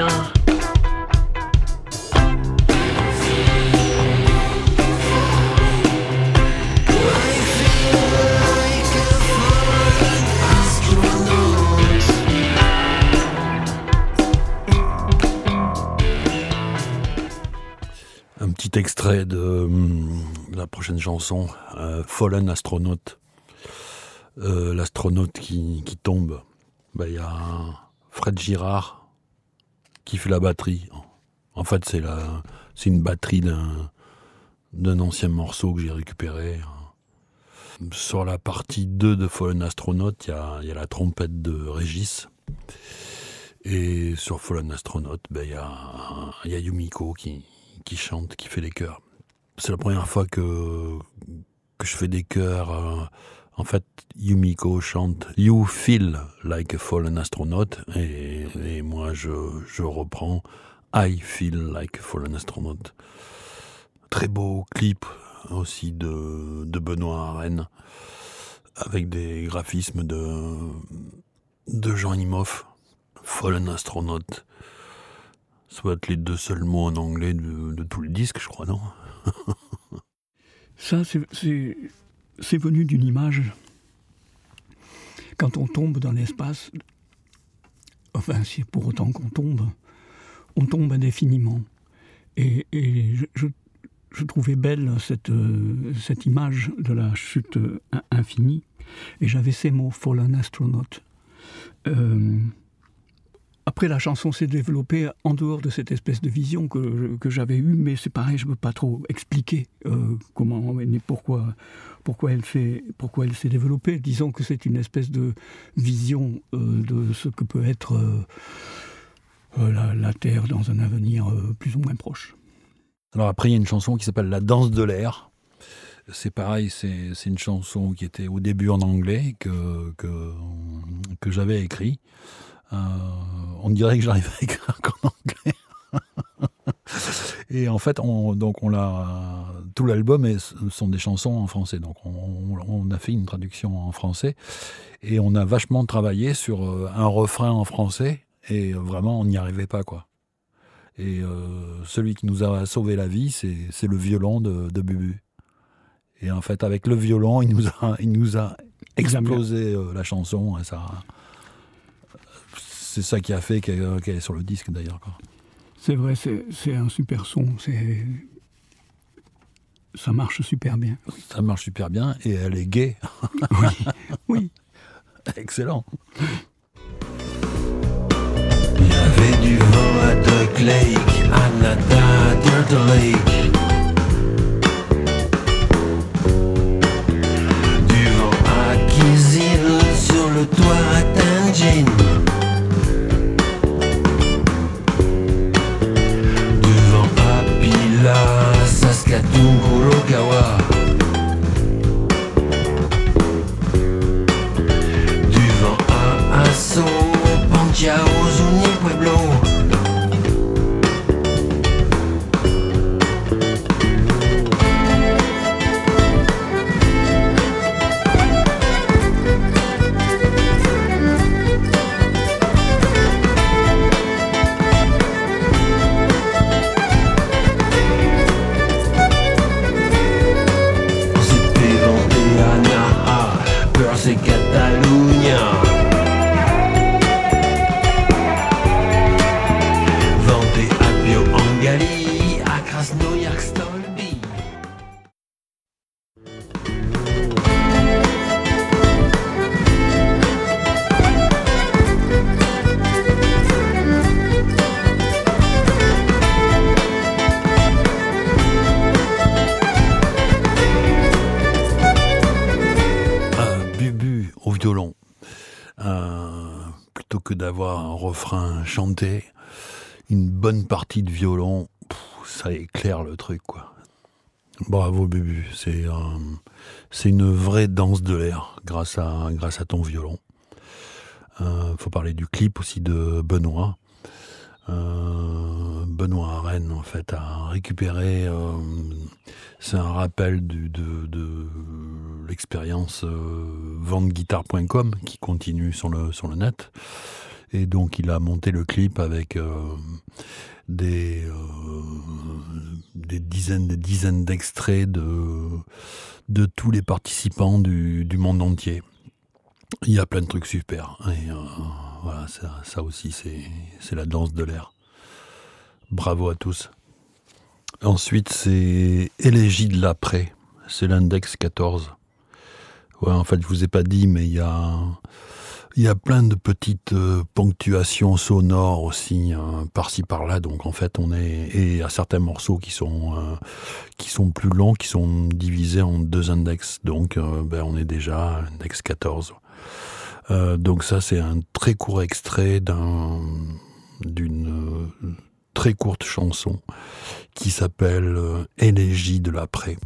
Un petit extrait de euh, la prochaine chanson, euh, Fallen Astronaut. Euh, l'astronaute qui, qui tombe. Il ben, y a Fred Girard qui fait la batterie. En fait, c'est, la, c'est une batterie d'un, d'un ancien morceau que j'ai récupéré. Sur la partie deux de Fallen Astronaut, il y a, y a la trompette de Régis. Et sur Fallen Astronaut, ben, y a, y a Yumiko qui... qui chante, qui fait les chœurs. C'est la première fois que, que je fais des chœurs. Euh, en fait, Yumiko chante « You feel like a fallen astronaut » et, et moi, je, je reprends « I feel like a fallen astronaut ». très beau clip aussi de, de Benoît Arène, avec des graphismes de, de Jean Imhoff, Fallen Astronaut. Ça doit être les deux seuls mots en anglais de, de tout le disque, je crois, non?
Ça, c'est, c'est, c'est venu d'une image. Quand on tombe dans l'espace, enfin, c'est pour autant qu'on tombe, on tombe indéfiniment. Et, et je, je, je trouvais belle cette, euh, cette image de la chute euh, infinie. Et j'avais ces mots, Fallen Astronaut. Euh, Après, la chanson s'est développée en dehors de cette espèce de vision que, que j'avais eue, mais c'est pareil, je ne peux pas trop expliquer euh, comment, mais pourquoi, pourquoi, elle fait, pourquoi elle s'est développée. Disons que c'est une espèce de vision euh, de ce que peut être euh, euh, la, la Terre dans un avenir euh, plus ou moins proche.
Alors après, il y a une chanson qui s'appelle La danse de l'air. C'est pareil, c'est, c'est une chanson qui était au début en anglais, que, que, que j'avais écrit. Euh, on dirait que j'arrive à écrire qu'en anglais. Et en fait, on, donc on l'a, tout l'album est, sont des chansons en français. Donc on, on a fait une traduction en français et on a vachement travaillé sur un refrain en français et vraiment on n'y arrivait pas, quoi. Et euh, celui qui nous a sauvé la vie, c'est, c'est le violon de, de Bubu. Et en fait, avec le violon, il nous a, il nous a explosé euh, la chanson. Et ça, c'est ça qui a fait qu'elle, qu'elle est sur le disque, d'ailleurs, quoi.
C'est vrai, c'est, c'est un super son. C'est... Ça marche super bien.
Ça marche super bien et elle est gaie.
Oui, oui.
Excellent.
Il y avait du vent à Duck Lake, à Nada, Turtle Lake. Du vent à Kizil, sur le toit à Tanjin. Du vent à Pila, Saskatoon, Kurokawa. Du vent à Asso, Panchao, Zuni, Pueblo. C'est Catalunya. Vendée à Bio Angali, à Krasnoyarsk Stolby.
Violon, euh, plutôt que d'avoir un refrain chanté, une bonne partie de violon, pff, ça éclaire le truc, quoi. Bravo Bubu, c'est, euh, c'est une vraie danse de l'air grâce à, grâce à ton violon. Euh, faut parler du clip aussi de Benoît. Euh, Benoît Arène, en fait, a récupéré. Euh, c'est un rappel du, de, de l'expérience euh, vente guitare point com qui continue sur le, sur le net. Et donc, il a monté le clip avec euh, des, euh, des dizaines, des dizaines d'extraits de, de tous les participants du, du monde entier. Il y a plein de trucs super. Et, euh, voilà, ça, ça aussi, c'est, c'est la danse de l'air. Bravo à tous. Ensuite, c'est Élégie de l'après. C'est l'index quatorze. Ouais, en fait, je vous ai pas dit, mais il y a, il y a plein de petites euh, ponctuations sonores aussi, hein, par-ci par-là. Donc, en fait, on est, et il y a certains morceaux qui sont, euh, qui sont plus longs, qui sont divisés en deux index. Donc, euh, ben, on est déjà à index quatorze. Euh, donc ça, c'est un très court extrait d'un, d'une euh, très courte chanson qui s'appelle euh, Élégie de l'après.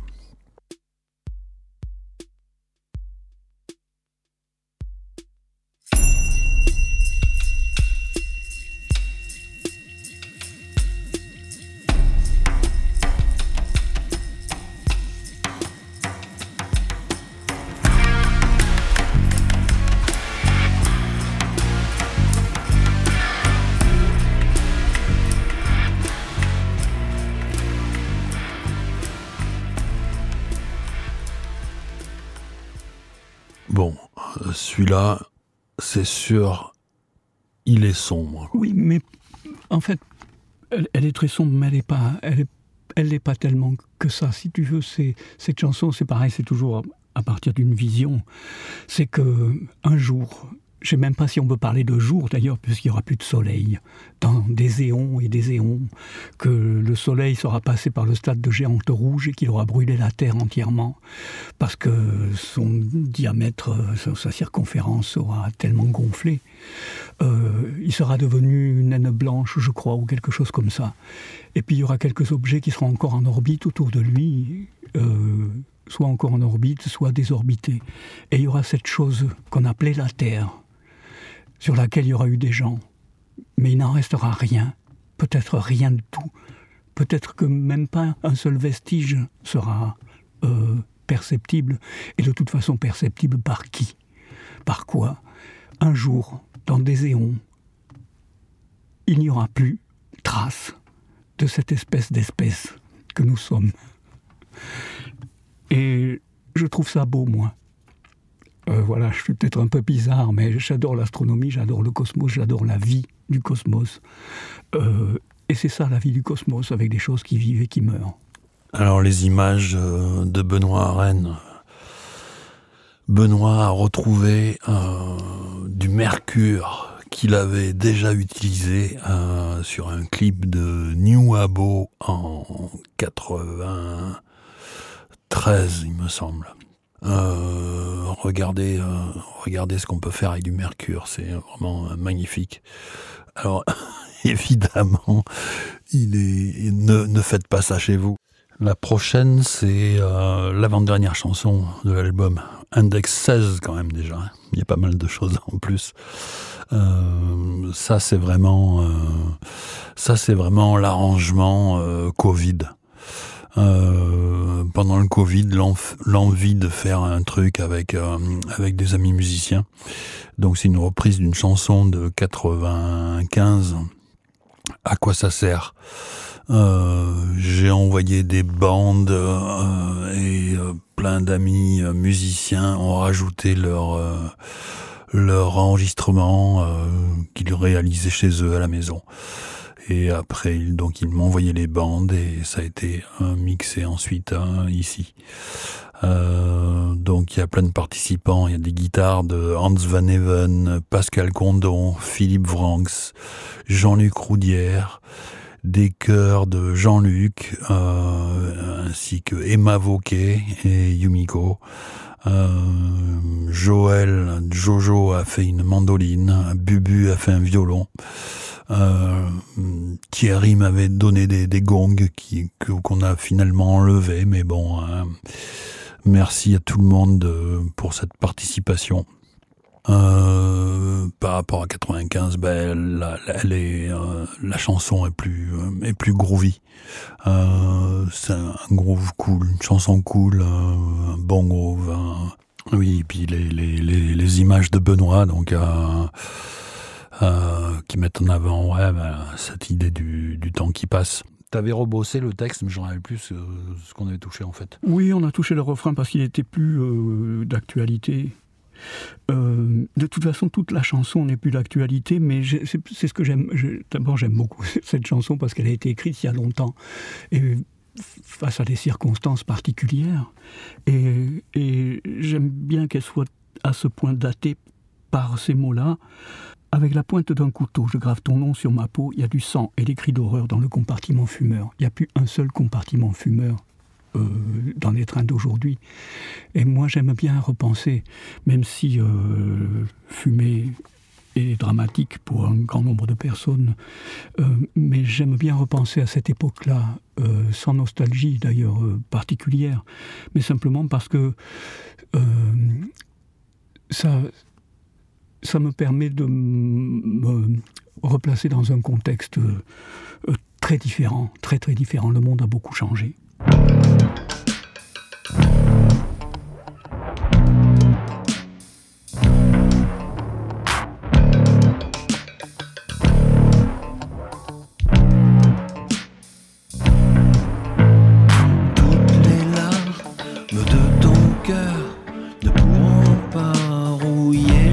celui-là, c'est sûr, il est sombre.
Oui, mais en fait, elle, elle est très sombre, mais elle n'est pas, elle est, elle n'est pas tellement que ça. Si tu veux, c'est, cette chanson, c'est pareil, c'est toujours à partir d'une vision. C'est que un jour, je ne sais même pas si on peut parler de jour d'ailleurs, puisqu'il n'y aura plus de soleil, dans des éons et des éons, que le soleil sera passé par le stade de géante rouge et qu'il aura brûlé la Terre entièrement, parce que son diamètre, sa circonférence sera tellement gonflé. Euh, il sera devenu une naine blanche, je crois, ou quelque chose comme ça. Et puis il y aura quelques objets qui seront encore en orbite autour de lui, euh, soit encore en orbite, soit désorbités. Et il y aura cette chose qu'on appelait la Terre, sur laquelle il y aura eu des gens. Mais il n'en restera rien, peut-être rien du tout. Peut-être que même pas un seul vestige sera euh, perceptible. Et de toute façon perceptible par qui ? Par quoi ? Un jour, dans des éons, il n'y aura plus trace de cette espèce d'espèce que nous sommes. Et je trouve ça beau, moi. Euh, voilà, je suis peut-être un peu bizarre, mais j'adore l'astronomie, j'adore le cosmos, j'adore la vie du cosmos. Euh, et c'est ça, la vie du cosmos, avec des choses qui vivent et qui meurent.
Alors, les images de Benoît à Rennes. Benoît a retrouvé euh, du mercure qu'il avait déjà utilisé euh, sur un clip de New Abo en quatre-vingt-treize, il me semble. Euh, regardez, euh, regardez ce qu'on peut faire avec du mercure, c'est vraiment euh, magnifique. Alors, évidemment, il est, ne, ne faites pas ça chez vous. La prochaine, c'est euh, l'avant-dernière chanson de l'album, Index seize quand même déjà. Hein. Il y a pas mal de choses en plus. Euh, ça, c'est vraiment, euh, ça, c'est vraiment l'arrangement euh, Covid. Euh, pendant le Covid, l'enf- l'envie de faire un truc avec euh, avec des amis musiciens. Donc c'est une reprise d'une chanson de quatre-vingt-quinze. À quoi ça sert ? euh, J'ai envoyé des bandes euh, et euh, plein d'amis euh, musiciens ont rajouté leur euh, leur enregistrement euh, qu'ils réalisaient chez eux à la maison. Et après, donc, ils m'ont envoyé les bandes et ça a été euh, mixé ensuite hein, ici. Euh, donc, il y a plein de participants. Il y a des guitares de Hans Van Even, Pascal Condon, Philippe Vranx, Jean-Luc Roudière, des chœurs de Jean-Luc, euh, ainsi que Emma Vauquet et Yumiko. Euh, Joël, Jojo a fait une mandoline, Bubu a fait un violon. Euh, Thierry m'avait donné des, des gongs qui, que, qu'on a finalement enlevés, mais bon, hein, merci à tout le monde de, pour cette participation. Euh, par rapport à quatre-vingt-quinze, ben, la, la, elle est, euh, la chanson est plus, euh, est plus groovy. Euh, c'est un groove cool, une chanson cool, euh, un bon groove. Un... Oui, et puis les, les, les, les images de Benoît, donc... Euh, Euh, qui mettent en avant ouais, ben, cette idée du, du temps qui passe. T'avais rebossé le texte, mais j'en avais plus euh, ce qu'on avait touché en fait.
Oui, on a touché le refrain parce qu'il n'était plus euh, d'actualité. Euh, de toute façon, toute la chanson n'est plus d'actualité, mais j'ai, c'est, c'est ce que j'aime. Je, d'abord, j'aime beaucoup cette chanson parce qu'elle a été écrite il y a longtemps. Et face à des circonstances particulières. Et, et j'aime bien qu'elle soit à ce point datée par ces mots-là. Avec la pointe d'un couteau, je grave ton nom sur ma peau, il y a du sang et des cris d'horreur dans le compartiment fumeur. Il n'y a plus un seul compartiment fumeur euh, dans les trains d'aujourd'hui. Et moi, j'aime bien repenser, même si euh, fumer est dramatique pour un grand nombre de personnes, euh, mais j'aime bien repenser à cette époque-là, euh, sans nostalgie d'ailleurs euh, particulière, mais simplement parce que euh, ça... ça me permet de me replacer dans un contexte très différent, très très différent. Le monde a beaucoup changé.
Toutes les larmes de ton cœur ne pourront pas rouiller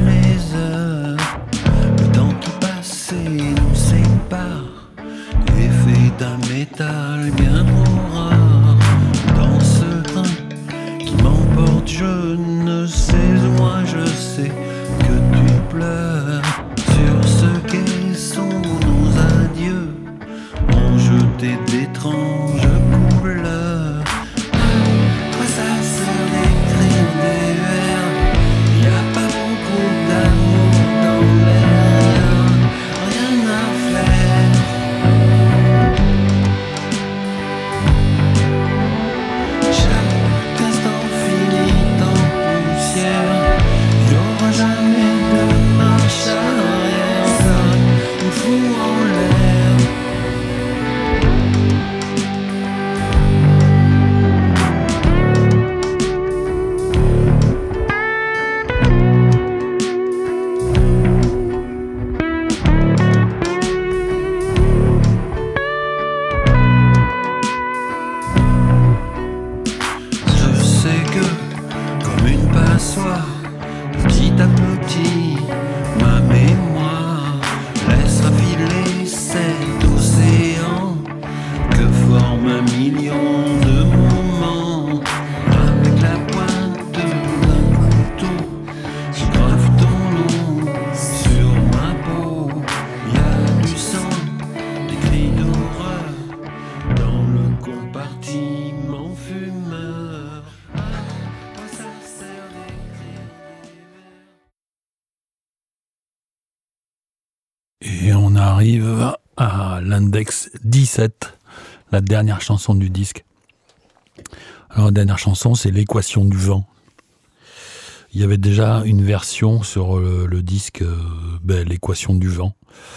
Et on arrive à l'index dix-sept, la dernière chanson du disque. Alors la dernière chanson, c'est l'équation du vent. Il y avait déjà une version sur le, le disque, euh, ben, l'équation du vent.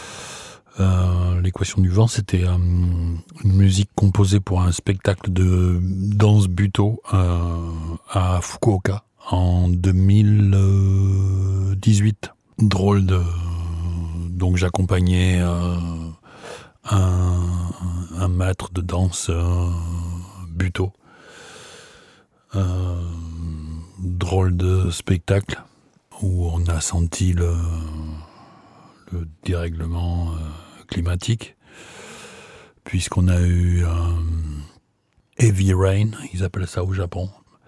Euh, l'équation du vent, c'était euh, une musique composée pour un spectacle de danse buto euh, à Fukuoka en deux mille dix-huit. Drôle de... Donc j'accompagnais euh, un, un maître de danse euh, buto. Euh, drôle de spectacle où on a senti le, le dérèglement euh, climatique, puisqu'on a eu un heavy rain, ils appellent ça au Japon.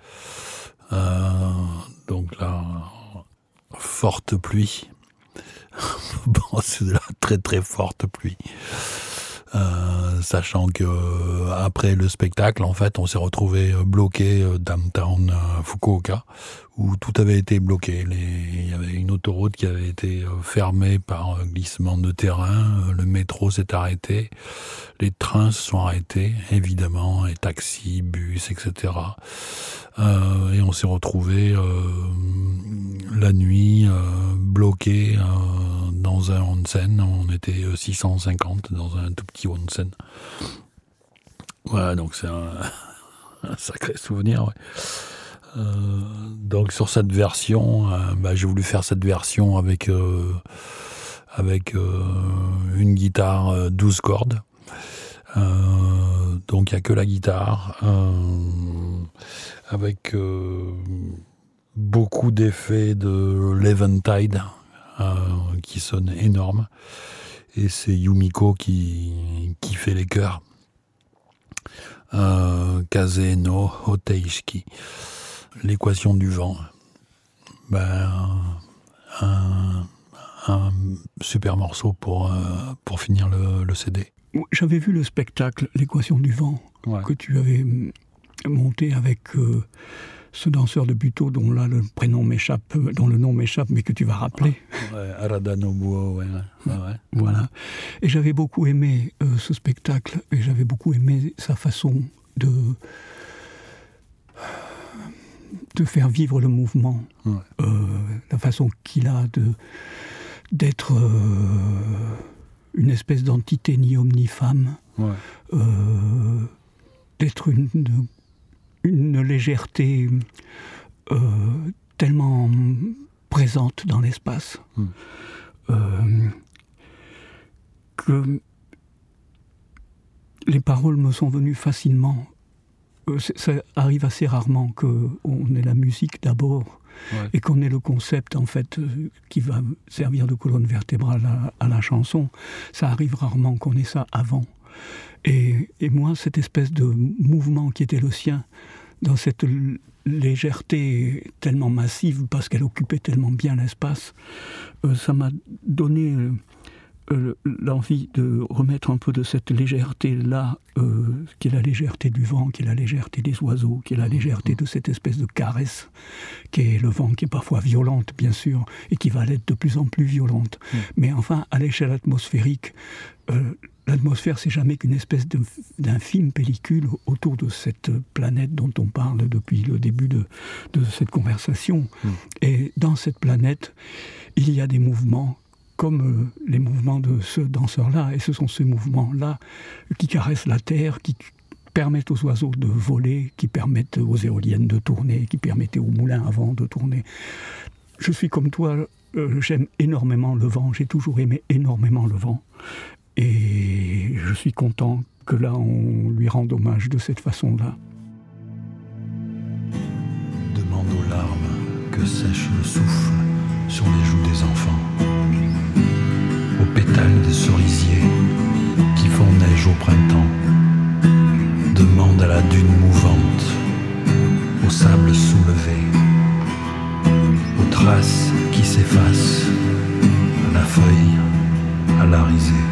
Euh, donc là, forte pluie. Bon, c'est de la très très forte pluie. Euh, sachant que euh, après le spectacle, en fait, on s'est retrouvé bloqué euh, downtown euh, Fukuoka, où tout avait été bloqué. Les... Il y avait une autoroute qui avait été euh, fermée par euh, glissement de terrain. Euh, le métro s'est arrêté, les trains se sont arrêtés, évidemment, les taxis, bus, et cetera. Euh, et on s'est retrouvé euh, la nuit euh, bloqué. Euh, dans un onsen, on était six cent cinquante dans un tout petit onsen. Voilà, donc c'est un, un sacré souvenir. Ouais. Euh, donc sur cette version, euh, bah, j'ai voulu faire cette version avec, euh, avec euh, une guitare euh, douze cordes. Euh, donc il n'y a que la guitare, euh, avec euh, beaucoup d'effets de l'Eventide. Euh, qui sonne énorme, et c'est Yumiko qui, qui fait les chœurs. euh, Kaze no Hoteishiki, l'équation du vent. Ben, un, un super morceau pour, euh, pour finir le, le C D.
J'avais vu le spectacle l'équation du vent, ouais, que tu avais monté avec euh, ce danseur de buto dont là le prénom m'échappe, dont le nom m'échappe, mais que tu vas rappeler.
Ouais, Arada Nobuo, ouais, ouais, ouais.
Voilà. Et j'avais beaucoup aimé euh, ce spectacle, et j'avais beaucoup aimé sa façon de de faire vivre le mouvement, ouais. euh, la façon qu'il a de d'être euh, une espèce d'entité ni homme ni femme, ouais. euh, d'être une, une une légèreté euh, tellement présente dans l'espace, mmh. euh, que les paroles me sont venues facilement. Euh, ça arrive assez rarement qu'on ait la musique d'abord, ouais. et qu'on ait le concept en fait euh, qui va servir de colonne vertébrale à, à la chanson. Ça arrive rarement qu'on ait ça avant. Et, et moi, cette espèce de mouvement qui était le sien, dans cette légèreté tellement massive, parce qu'elle occupait tellement bien l'espace, euh, ça m'a donné euh, l'envie de remettre un peu de cette légèreté-là, euh, qui est la légèreté du vent, qui est la légèreté des oiseaux, qui est la légèreté de cette espèce de caresse, qui est le vent, qui est parfois violente, bien sûr, et qui va l'être de plus en plus violente. Mmh. Mais enfin, à l'échelle atmosphérique, euh, l'atmosphère, c'est jamais qu'une espèce de, d'infime pellicule autour de cette planète dont on parle depuis le début de, de cette conversation. Mmh. Et dans cette planète, il y a des mouvements comme les mouvements de ce danseur-là. Et ce sont ces mouvements-là qui caressent la Terre, qui permettent aux oiseaux de voler, qui permettent aux éoliennes de tourner, qui permettent aux moulins à vent de tourner. Je suis comme toi, euh, j'aime énormément le vent, j'ai toujours aimé énormément le vent. Et je suis content que là, on lui rende hommage de cette façon-là.
Demande aux larmes que sèche le souffle sur les joues des enfants, aux pétales des cerisiers qui font neige au printemps. Demande à la dune mouvante, au sable soulevé, aux traces qui s'effacent, à la feuille, à la risée.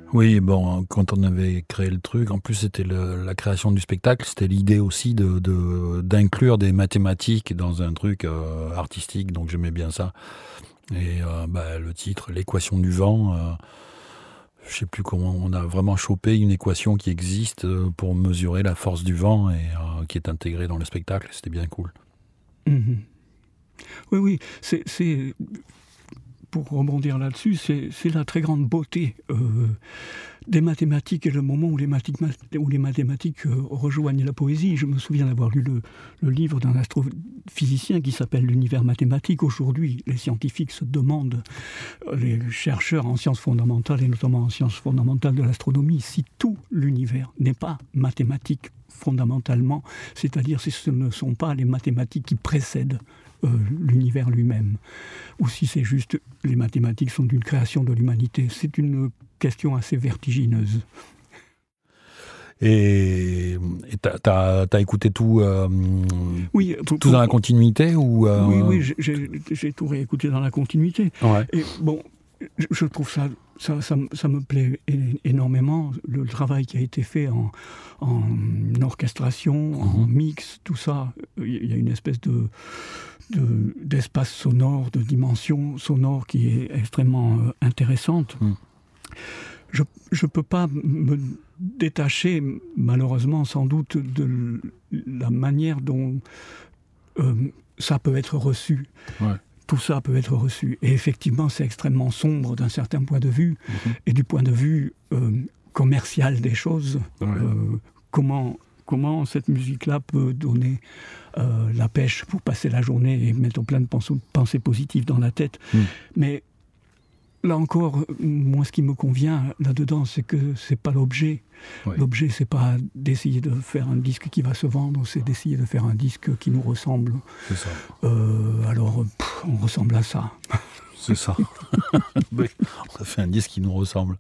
Oui, bon, quand on avait créé le truc, en plus c'était le, la création du spectacle, c'était l'idée aussi de, de, d'inclure des mathématiques dans un truc euh, artistique, donc j'aimais bien ça. Et euh, bah, le titre, l'équation du vent, euh, je sais plus comment, on a vraiment chopé une équation qui existe pour mesurer la force du vent et euh, qui est intégrée dans le spectacle, c'était bien cool.
Mmh. Oui, oui, c'est... c'est... Pour rebondir là-dessus, c'est, c'est la très grande beauté euh, des mathématiques et le moment où les, mathéma- où les mathématiques euh, rejoignent la poésie. Je me souviens d'avoir lu le, le livre d'un astrophysicien qui s'appelle L'univers mathématique. Aujourd'hui, les scientifiques se demandent, les chercheurs en sciences fondamentales et notamment en sciences fondamentales de l'astronomie, si tout l'univers n'est pas mathématique fondamentalement, c'est-à-dire si ce ne sont pas les mathématiques qui précèdent Euh, l'univers lui-même, ou si c'est juste les mathématiques sont une création de l'humanité. C'est une question assez vertigineuse.
Et t'as, t'as, t'as écouté tout, euh,
oui,
tout
pour,
dans la continuité ou euh...
Oui, oui, j'ai, j'ai, j'ai tout réécouté dans la continuité.
Ouais.
Et bon, je trouve ça, ça, ça, ça me plaît énormément, le travail qui a été fait en, en orchestration, mmh. en mix, tout ça. Il y a une espèce de De, d'espace sonore, de dimension sonore qui est extrêmement euh, intéressante. Mm. Je ne peux pas me détacher, malheureusement, sans doute, de la manière dont euh, ça peut être reçu. Ouais. Tout ça peut être reçu. Et effectivement, c'est extrêmement sombre d'un certain point de vue. Mm-hmm. Et du point de vue euh, commercial des choses, ouais. euh, comment... Comment cette musique-là peut donner euh, la pêche pour passer la journée et mettre plein de pensées, pensées positives dans la tête. Mm. Mais là encore, moi, ce qui me convient là-dedans, c'est que c'est pas l'objet. Ouais. L'objet, c'est pas d'essayer de faire un disque qui va se vendre, c'est d'essayer de faire un disque qui nous ressemble.
C'est ça.
Euh, alors, pff, on ressemble à ça.
C'est ça. Oui, on a fait un disque qui nous ressemble.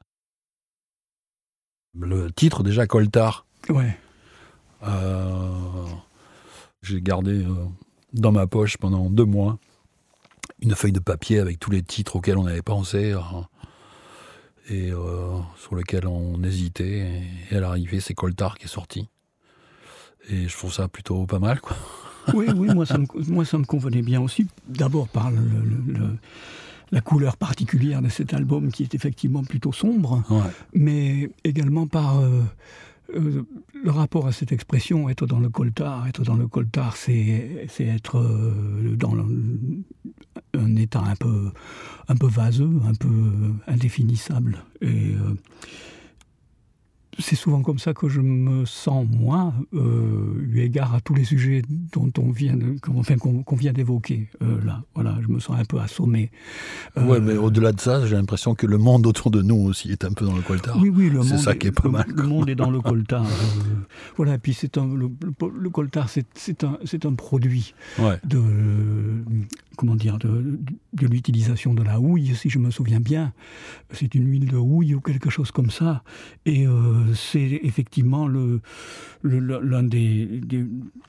Le titre, déjà, Coltard.
Ouais.
Euh, j'ai gardé euh, dans ma poche pendant deux mois une feuille de papier avec tous les titres auxquels on avait pensé euh, et euh, sur lesquels on hésitait. Et à l'arrivée, c'est Coltard qui est sorti. Et je trouve ça plutôt pas mal, quoi.
Oui, oui, moi ça, me, moi ça me convenait bien aussi. D'abord par le, le, le, la couleur particulière de cet album qui est effectivement plutôt sombre, ouais. mais également par... Euh, Euh, le rapport à cette expression, être dans le coltard, être dans le coltard, c'est, c'est être euh, dans le, un état un peu, un peu vaseux, un peu indéfinissable. Et euh, c'est souvent comme ça que je me sens, moi, euh, eu égard à tous les sujets dont on vient, de, enfin, qu'on, qu'on vient d'évoquer. Euh, là, voilà, je me sens un peu assommé.
Euh, ouais, mais au-delà de ça, j'ai l'impression que le monde autour de nous aussi est un peu dans le coltard.
Oui, oui, le
c'est
monde
ça qui est pas
le,
mal.
Le monde est dans le coltard. euh, voilà, et puis c'est un, le, le, le coltard, c'est, c'est, un, c'est un produit ouais. de, euh, comment dire, de, de l'utilisation de la houille, si je me souviens bien. C'est une huile de houille ou quelque chose comme ça. Et euh, c'est effectivement le, le, l'un des, des,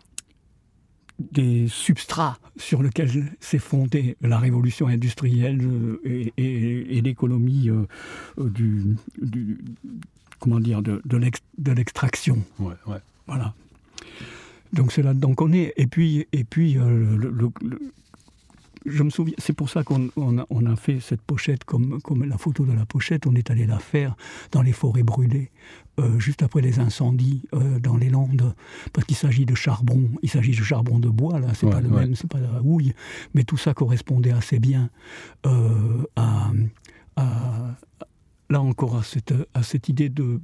des substrats sur lesquels s'est fondée la révolution industrielle et, et, et l'économie euh, du, du, comment dire, de, de, l'ex, de l'extraction.
Ouais, ouais.
Voilà. Donc c'est là-dedans qu'on est. Et puis, et puis euh, le, le, le je me souviens, c'est pour ça qu'on on a, on a fait cette pochette comme, comme la photo de la pochette. On est allé la faire dans les forêts brûlées, euh, juste après les incendies euh, dans les Landes, parce qu'il s'agit de charbon, il s'agit de charbon de bois, là, c'est ouais, pas le ouais. même, c'est pas de la houille, mais tout ça correspondait assez bien euh, à, à, là encore, à cette, à cette idée de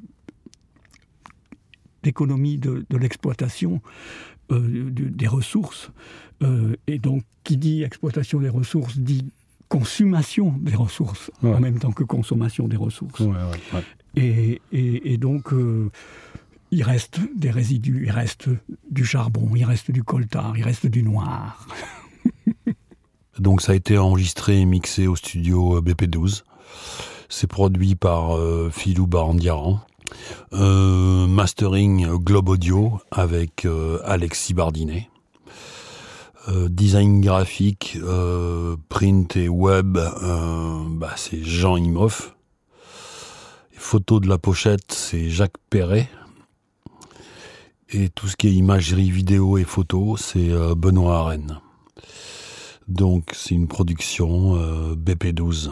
d'économie de, de l'exploitation euh, de, des ressources. Euh, et donc, qui dit exploitation des ressources dit consommation des ressources, ouais. en même temps que consommation des ressources.
Ouais, ouais, ouais.
Et, et, et donc, euh, il reste des résidus, il reste du charbon, il reste du coltard, il reste du noir.
Donc, ça a été enregistré et mixé au studio B P douze. C'est produit par euh, Philou Barandiaran. Euh, mastering Globe Audio avec euh, Alexis Bardinet. Euh, design graphique, euh, print et web, euh, bah, c'est Jean Imhoff. photo de la pochette, c'est Jacques Perret. Et tout ce qui est imagerie vidéo et photo, c'est euh, Benoît Arène. Donc c'est une production euh, B P douze.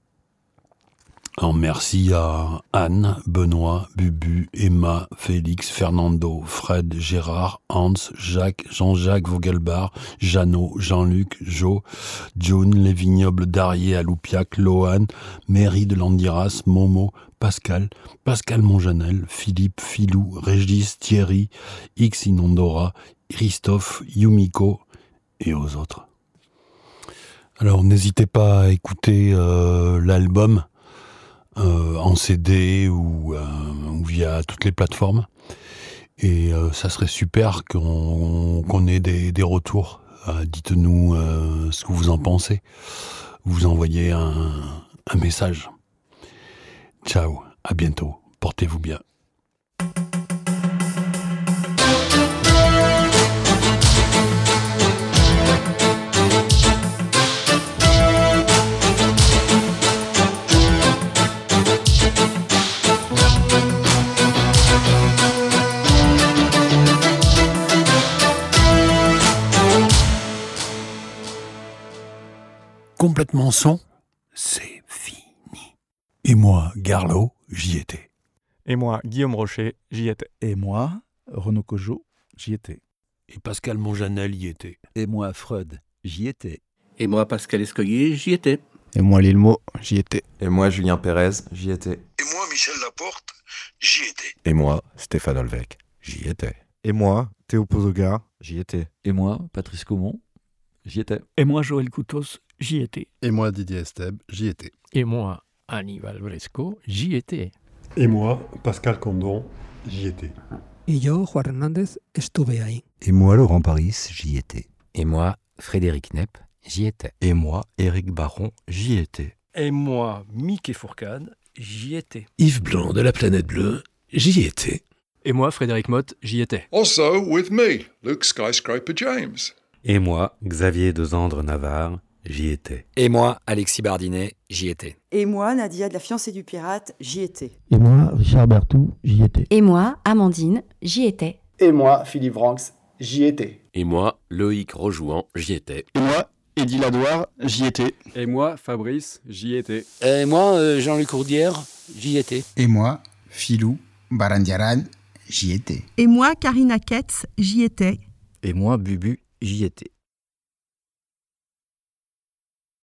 En merci à Anne, Benoît, Bubu, Emma, Félix, Fernando, Fred, Gérard, Hans, Jacques, Jean-Jacques Vogelbar, Jeannot, Jean-Luc, Jo, June, Les Vignobles d'Arié à Loupiac, Lohan, Mairie de Landiras, Momo, Pascal, Pascal Monjanel, Philippe, Philou, Régis, Thierry, X Inondora, Christophe, Yumiko et aux autres. Alors n'hésitez pas à écouter euh, l'album Euh, en C D ou, euh, ou via toutes les plateformes. Et euh, ça serait super qu'on, qu'on ait des, des retours. Euh, dites-nous euh, ce que vous en pensez. Vous envoyez un, un message. Ciao, à bientôt. Portez-vous bien. Complètement son, c'est fini. Et moi, Garlot, j'y étais.
Et moi, Guillaume Rocher, j'y étais.
Et moi, Renaud Cojo, j'y étais.
Et Pascal Monjanel y était.
Et moi, Freud, j'y étais.
Et moi, Pascal Escoguier, j'y étais.
Et moi, Lilmo, j'y étais.
Et moi, Julien Pérez, j'y étais.
Et moi, Michel Laporte, j'y étais.
Et moi, Stéphane Olvec, j'y étais.
Et moi, Théo Pozoga, j'y étais.
Et moi, Patrice Caumont, j'y étais.
Et moi, Joël Coutos, j'y étais.
Et moi, Didier Esteb, j'y étais.
Et moi, Aníbal Bresco, j'y étais.
Et moi, Pascal Condon, j'y étais.
Et yo, Juan Hernández, estuve ahí.
Et moi, Laurent Paris, j'y étais.
Et moi, Frédéric Nepp, j'y étais.
Et moi, Éric Baron, j'y étais.
Et moi, Mickey Fourcade, j'y étais.
Yves Blanc de la Planète Bleue, j'y étais.
Et moi, Frédéric Motte, j'y étais.
Also with me, Luke Skyscraper James.
Et moi, Xavier Dezandre Navarre, j'y étais.
Et moi, Alexis Bardinet, j'y étais.
Et moi, Nadia de la Fiancée du Pirate, j'y étais.
Et moi, Richard Bertou, j'y étais.
Et moi, Amandine, j'y étais.
Et moi, Philippe Branx, j'y étais.
Et moi, Loïc Rojouan, j'y étais.
Et moi, Eddie Ladoire, j'y étais.
Et moi, Fabrice, j'y étais.
Et moi, euh, Jean-Luc Courdière, j'y étais.
Et moi, Philou Barandiaran, j'y étais.
Et moi, Karina Ketz, j'y étais.
Et moi, Bubu, j'y étais.